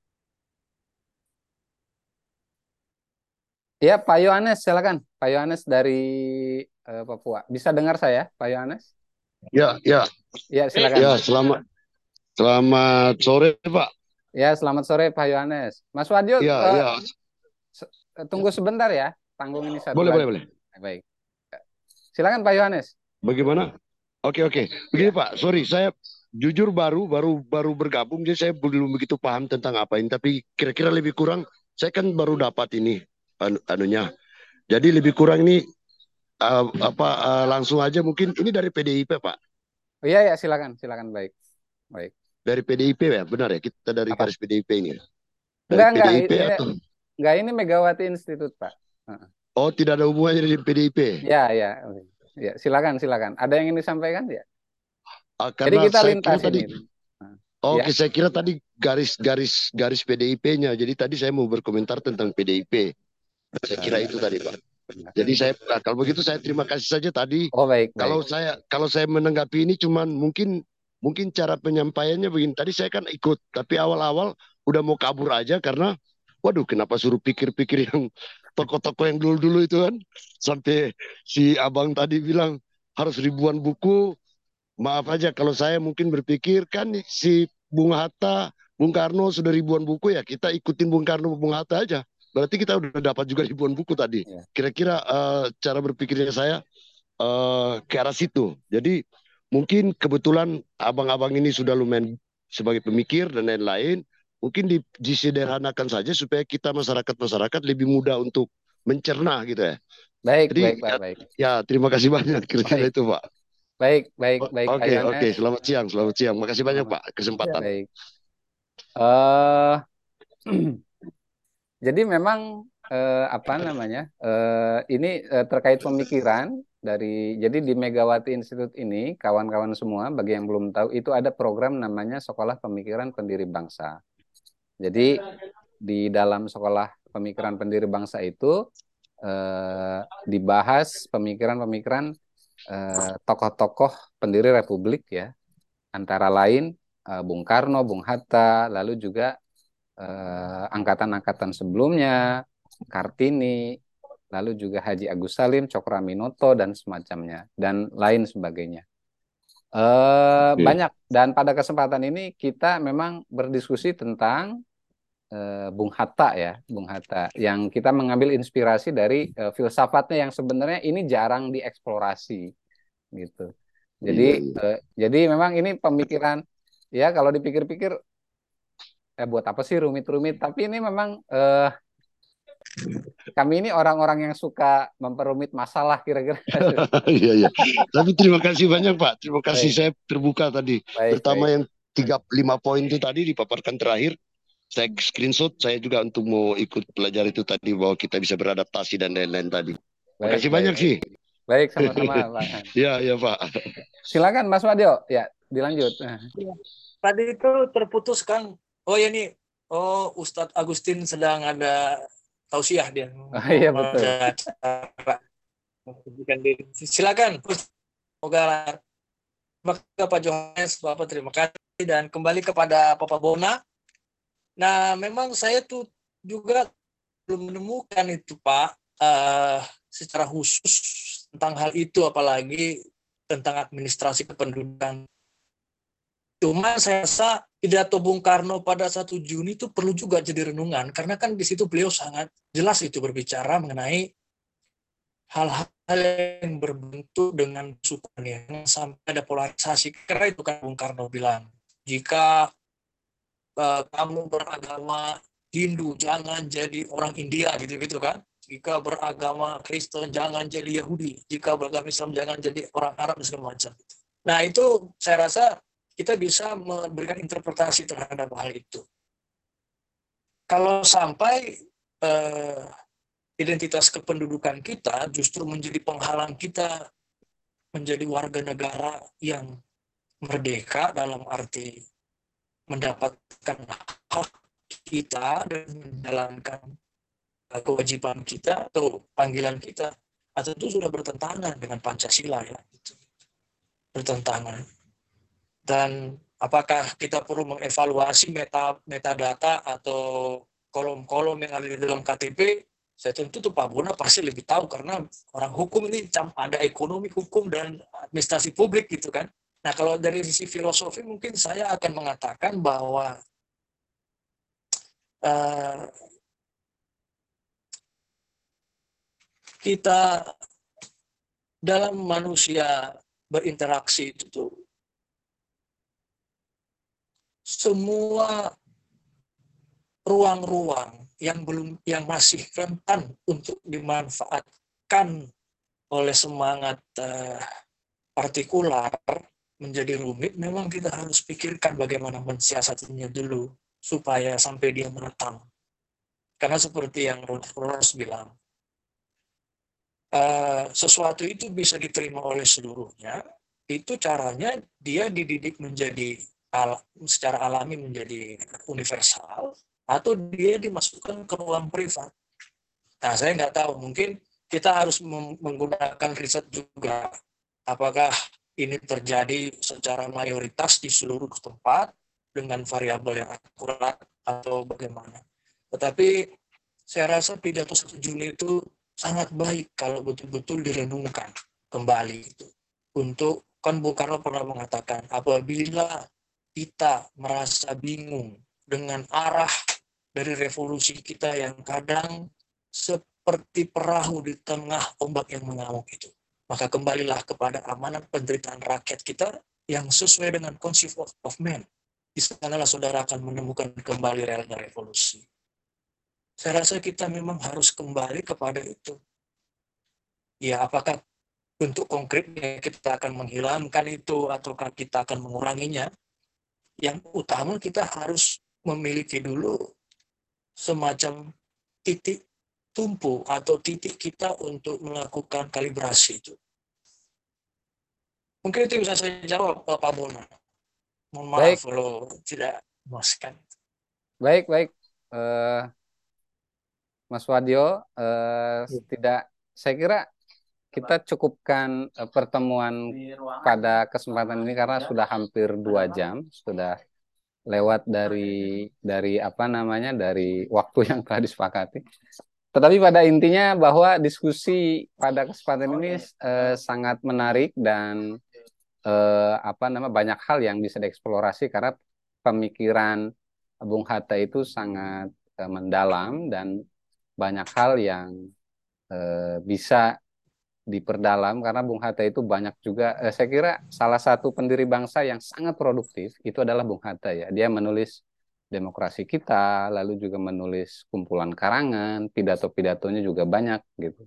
ya, Pak Yohanes, silakan. Pak Yohanes dari eh, Papua. Bisa dengar saya, Pak Yohanes? Ya, ya, Ya, Eh, silakan. ya, selamat selamat sore, Pak. Ya, selamat sore Pak Yohanes. Mas Wadio, Ya, eh, ya. se- tunggu sebentar ya. Tanggung ini satu Boleh, lagi. boleh, boleh. Baik. Silakan Pak Yohanes. Bagaimana? Oke, oke. Begini, Ya. Pak. Sorry, saya jujur baru baru baru bergabung, jadi saya belum begitu paham tentang apa ini. Tapi kira-kira lebih kurang, saya kan baru dapat ini anu, anunya Jadi lebih kurang ini uh, apa uh, langsung aja mungkin ini dari P D I P Pak. Oh, iya ya, silakan, silakan, baik, baik. Dari P D I P ya, benar ya? Kita dari Apa? garis P D I P ini. Dari Enggak, enggak, P D I P ini, atau? enggak, ini Megawati Institute, Pak. Heeh. Oh, tidak ada hubungannya dengan P D I P. Ya, ya, ya, silakan, silakan. Ada yang ingin disampaikan ya? Ah, Jadi karena kita saya kira lintas tadi, ini. Nah, ya, oke, saya kira tadi garis-garis garis P D I P-nya. Jadi tadi saya mau berkomentar tentang P D I P. Saya oh, kira enggak, itu tadi, Pak. enggak. Jadi saya nah, kalau begitu saya terima kasih saja tadi. Oh, baik, baik. Kalau saya kalau saya menanggapi ini cuman mungkin mungkin cara penyampaiannya begini. Tadi saya kan ikut, tapi awal-awal udah mau kabur aja karena waduh, kenapa suruh pikir-pikir yang toko-toko yang dulu-dulu itu kan. Sampai si abang tadi bilang harus ribuan buku. Maaf aja kalau saya mungkin berpikir kan si Bung Hatta, Bung Karno sudah ribuan buku ya, kita ikutin Bung Karno, Bung Hatta aja. Berarti kita udah dapat juga ribuan buku tadi. Ya. Kira-kira uh, cara berpikirnya saya uh, ke arah situ. Jadi mungkin kebetulan abang-abang ini sudah lumayan sebagai pemikir dan lain-lain. Mungkin di, disederhanakan saja supaya kita masyarakat-masyarakat lebih mudah untuk mencerna gitu ya. Baik, Jadi baik, Pak, ya, baik. ya terima kasih banyak kira-kira Baik, itu Pak. baik, baik, O- baik, Pak Oke, oke. Yohanes. Selamat siang, selamat siang. Makasih banyak Selamat. Pak kesempatan. Baik. Eh, jadi memang eh, apa namanya? eh, ini eh, terkait pemikiran dari jadi di Megawati Institute ini kawan-kawan semua bagi yang belum tahu itu ada program namanya Sekolah Pemikiran Pendiri Bangsa. Jadi di dalam Sekolah Pemikiran Pendiri Bangsa itu eh, dibahas pemikiran-pemikiran eh, tokoh-tokoh pendiri Republik ya, antara lain eh, Bung Karno, Bung Hatta, lalu juga eh, angkatan-angkatan sebelumnya, Kartini, lalu juga Haji Agus Salim, Cokroaminoto dan semacamnya dan lain sebagainya. Eh, Oke. banyak dan pada kesempatan ini kita memang berdiskusi tentang eh, Bung Hatta ya, Bung Hatta yang kita mengambil inspirasi dari eh, filsafatnya yang sebenarnya ini jarang dieksplorasi gitu. Jadi Iya, iya. eh, jadi memang ini pemikiran ya kalau dipikir-pikir eh buat apa sih rumit-rumit? Tapi ini memang eh, kami ini orang-orang yang suka memperumit masalah kira-kira. Iya, iya. Tapi terima kasih banyak Pak. Terima kasih Baik, saya terbuka tadi. baik, Terutama baik, yang tiga lima poin itu tadi dipaparkan terakhir. Saya screenshot. Saya juga untuk mau ikut belajar itu tadi bahwa kita bisa beradaptasi dan lain-lain tadi. baik, Makasih baik, banyak sih. baik, sama-sama, Pak. Ya, ya Pak. Silakan Mas Wadio, ya dilanjut. Iya. Tadi itu terputus kan. Oh ya nih, oh Ustadz Agustin sedang ada tausiah dia. Oh, iya betul. Ada acara. Menunjukkan diri. Silakan. Semoga maka Pak Johannes, Bapak terima kasih dan kembali kepada Bapak Bona. Nah, memang saya tuh juga belum menemukan itu Pak uh, secara khusus tentang hal itu, apalagi tentang administrasi kependudukan. Cuma saya rasa pidato Bung Karno pada satu Juni itu perlu juga jadi renungan, karena kan di situ beliau sangat jelas itu berbicara mengenai hal-hal yang berbentuk dengan sukan yang sampai ada polarisasi. Karena itu kan Bung Karno bilang, jika uh, kamu beragama Hindu jangan jadi orang India gitu-gitu kan. Jika beragama Kristen jangan jadi Yahudi. Jika beragama Islam jangan jadi orang Arab dan segala macam. Nah itu saya rasa kita bisa memberikan interpretasi terhadap hal itu. Kalau sampai eh, identitas kependudukan kita justru menjadi penghalang kita menjadi warga negara yang merdeka dalam arti mendapatkan hak kita dan menjalankan kewajiban kita atau panggilan kita, atau itu sudah bertentangan dengan Pancasila ya, gitu. Bertentangan. Dan apakah kita perlu mengevaluasi meta metadata atau kolom-kolom yang ada di dalam K T P? Saya tentu tuh Pak Bona pasti lebih tahu karena orang hukum ini ada ekonomi hukum dan administrasi publik gitu kan. Nah kalau dari sisi filosofi mungkin saya akan mengatakan bahwa uh, kita dalam manusia berinteraksi itu tuh semua ruang-ruang yang belum yang masih rentan untuk dimanfaatkan ditekan oleh semangat uh, partikular menjadi rumit, memang kita harus pikirkan bagaimana mensiasatinya dulu supaya sampai dia menetap. Karena seperti yang Rolf Ross bilang, uh, sesuatu itu bisa diterima oleh seluruhnya, itu caranya dia dididik menjadi al secara alami menjadi universal, atau dia dimasukkan ke ruang privat. Nah, saya nggak tahu, mungkin kita harus menggunakan riset juga, apakah ini terjadi secara mayoritas di seluruh tempat dengan variabel yang akurat atau bagaimana. Tetapi saya rasa pidato satu Juni itu sangat baik kalau betul-betul direnungkan kembali itu. Untuk, kan Bung Karno pernah mengatakan, apabila kita merasa bingung dengan arah dari revolusi kita yang kadang seperti perahu di tengah ombak yang mengamuk itu, maka kembalilah kepada amanat penderitaan rakyat kita yang sesuai dengan konsep of, of man. Di sanalah saudara akan menemukan kembali relnya revolusi. Saya rasa kita memang harus kembali kepada itu. Ya, apakah bentuk konkretnya kita akan menghilangkan itu ataukah kita akan menguranginya? Yang utama kita harus memiliki dulu semacam titik tumpu atau titik kita untuk melakukan kalibrasi itu. Mungkin itu bisa saya jawab, Pak Bona. Mohon maaf Baik, kalau tidak memuaskan. baik, baik. Eh, Mas Wadyo, eh, tidak, saya kira kita cukupkan eh, pertemuan pada kesempatan ini karena sudah hampir dua jam, sudah lewat dari dari apa namanya dari waktu yang telah disepakati. Tetapi pada intinya bahwa diskusi pada kesempatan ini eh, sangat menarik dan eh, apa nama banyak hal yang bisa dieksplorasi karena pemikiran Bung Hatta itu sangat eh, mendalam dan banyak hal yang eh, bisa diperdalam karena Bung Hatta itu banyak juga eh, saya kira salah satu pendiri bangsa yang sangat produktif itu adalah Bung Hatta ya. Dia menulis Demokrasi Kita, lalu juga menulis kumpulan karangan, pidato-pidatonya juga banyak gitu.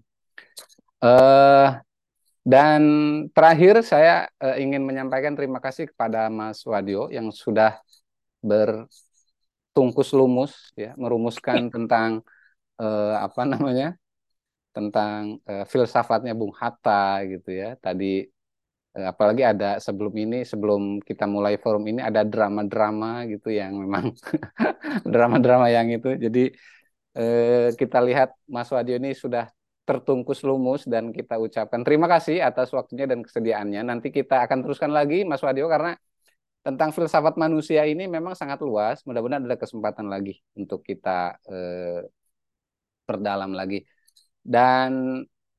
Eh dan terakhir saya eh, ingin menyampaikan terima kasih kepada Mas Wadyo yang sudah bertungkus lumus ya merumuskan tentang eh, apa namanya tentang eh, filsafatnya Bung Hatta gitu ya. Tadi eh, apalagi ada sebelum ini, sebelum kita mulai forum ini ada drama-drama gitu yang memang drama-drama yang itu. Jadi eh, kita lihat Mas Wadyo ini sudah tertungkus lumus dan kita ucapkan terima kasih atas waktunya dan kesediaannya. Nanti kita akan teruskan lagi Mas Wadyo karena tentang filsafat manusia ini memang sangat luas. Mudah-mudahan ada kesempatan lagi untuk kita eh, perdalam lagi. Dan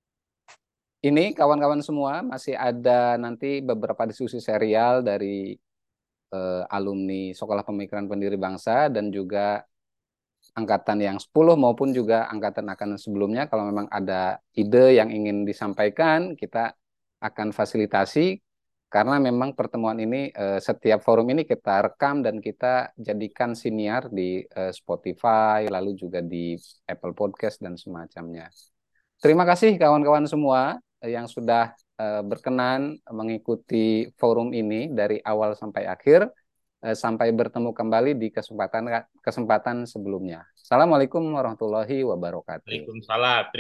ini kawan-kawan semua masih ada nanti beberapa diskusi serial dari eh, alumni Sekolah Pemikiran Pendiri Bangsa dan juga angkatan yang sepuluh maupun juga angkatan-angkatan sebelumnya. Kalau memang ada ide yang ingin disampaikan, kita akan fasilitasi karena memang pertemuan ini eh, setiap forum ini kita rekam dan kita jadikan siniar di eh, Spotify, lalu juga di Apple Podcast dan semacamnya. Terima kasih kawan-kawan semua yang sudah uh, berkenan mengikuti forum ini dari awal sampai akhir. Uh, sampai bertemu kembali di kesempatan kesempatan sebelumnya. Assalamualaikum warahmatullahi wabarakatuh. Waalaikumsalam.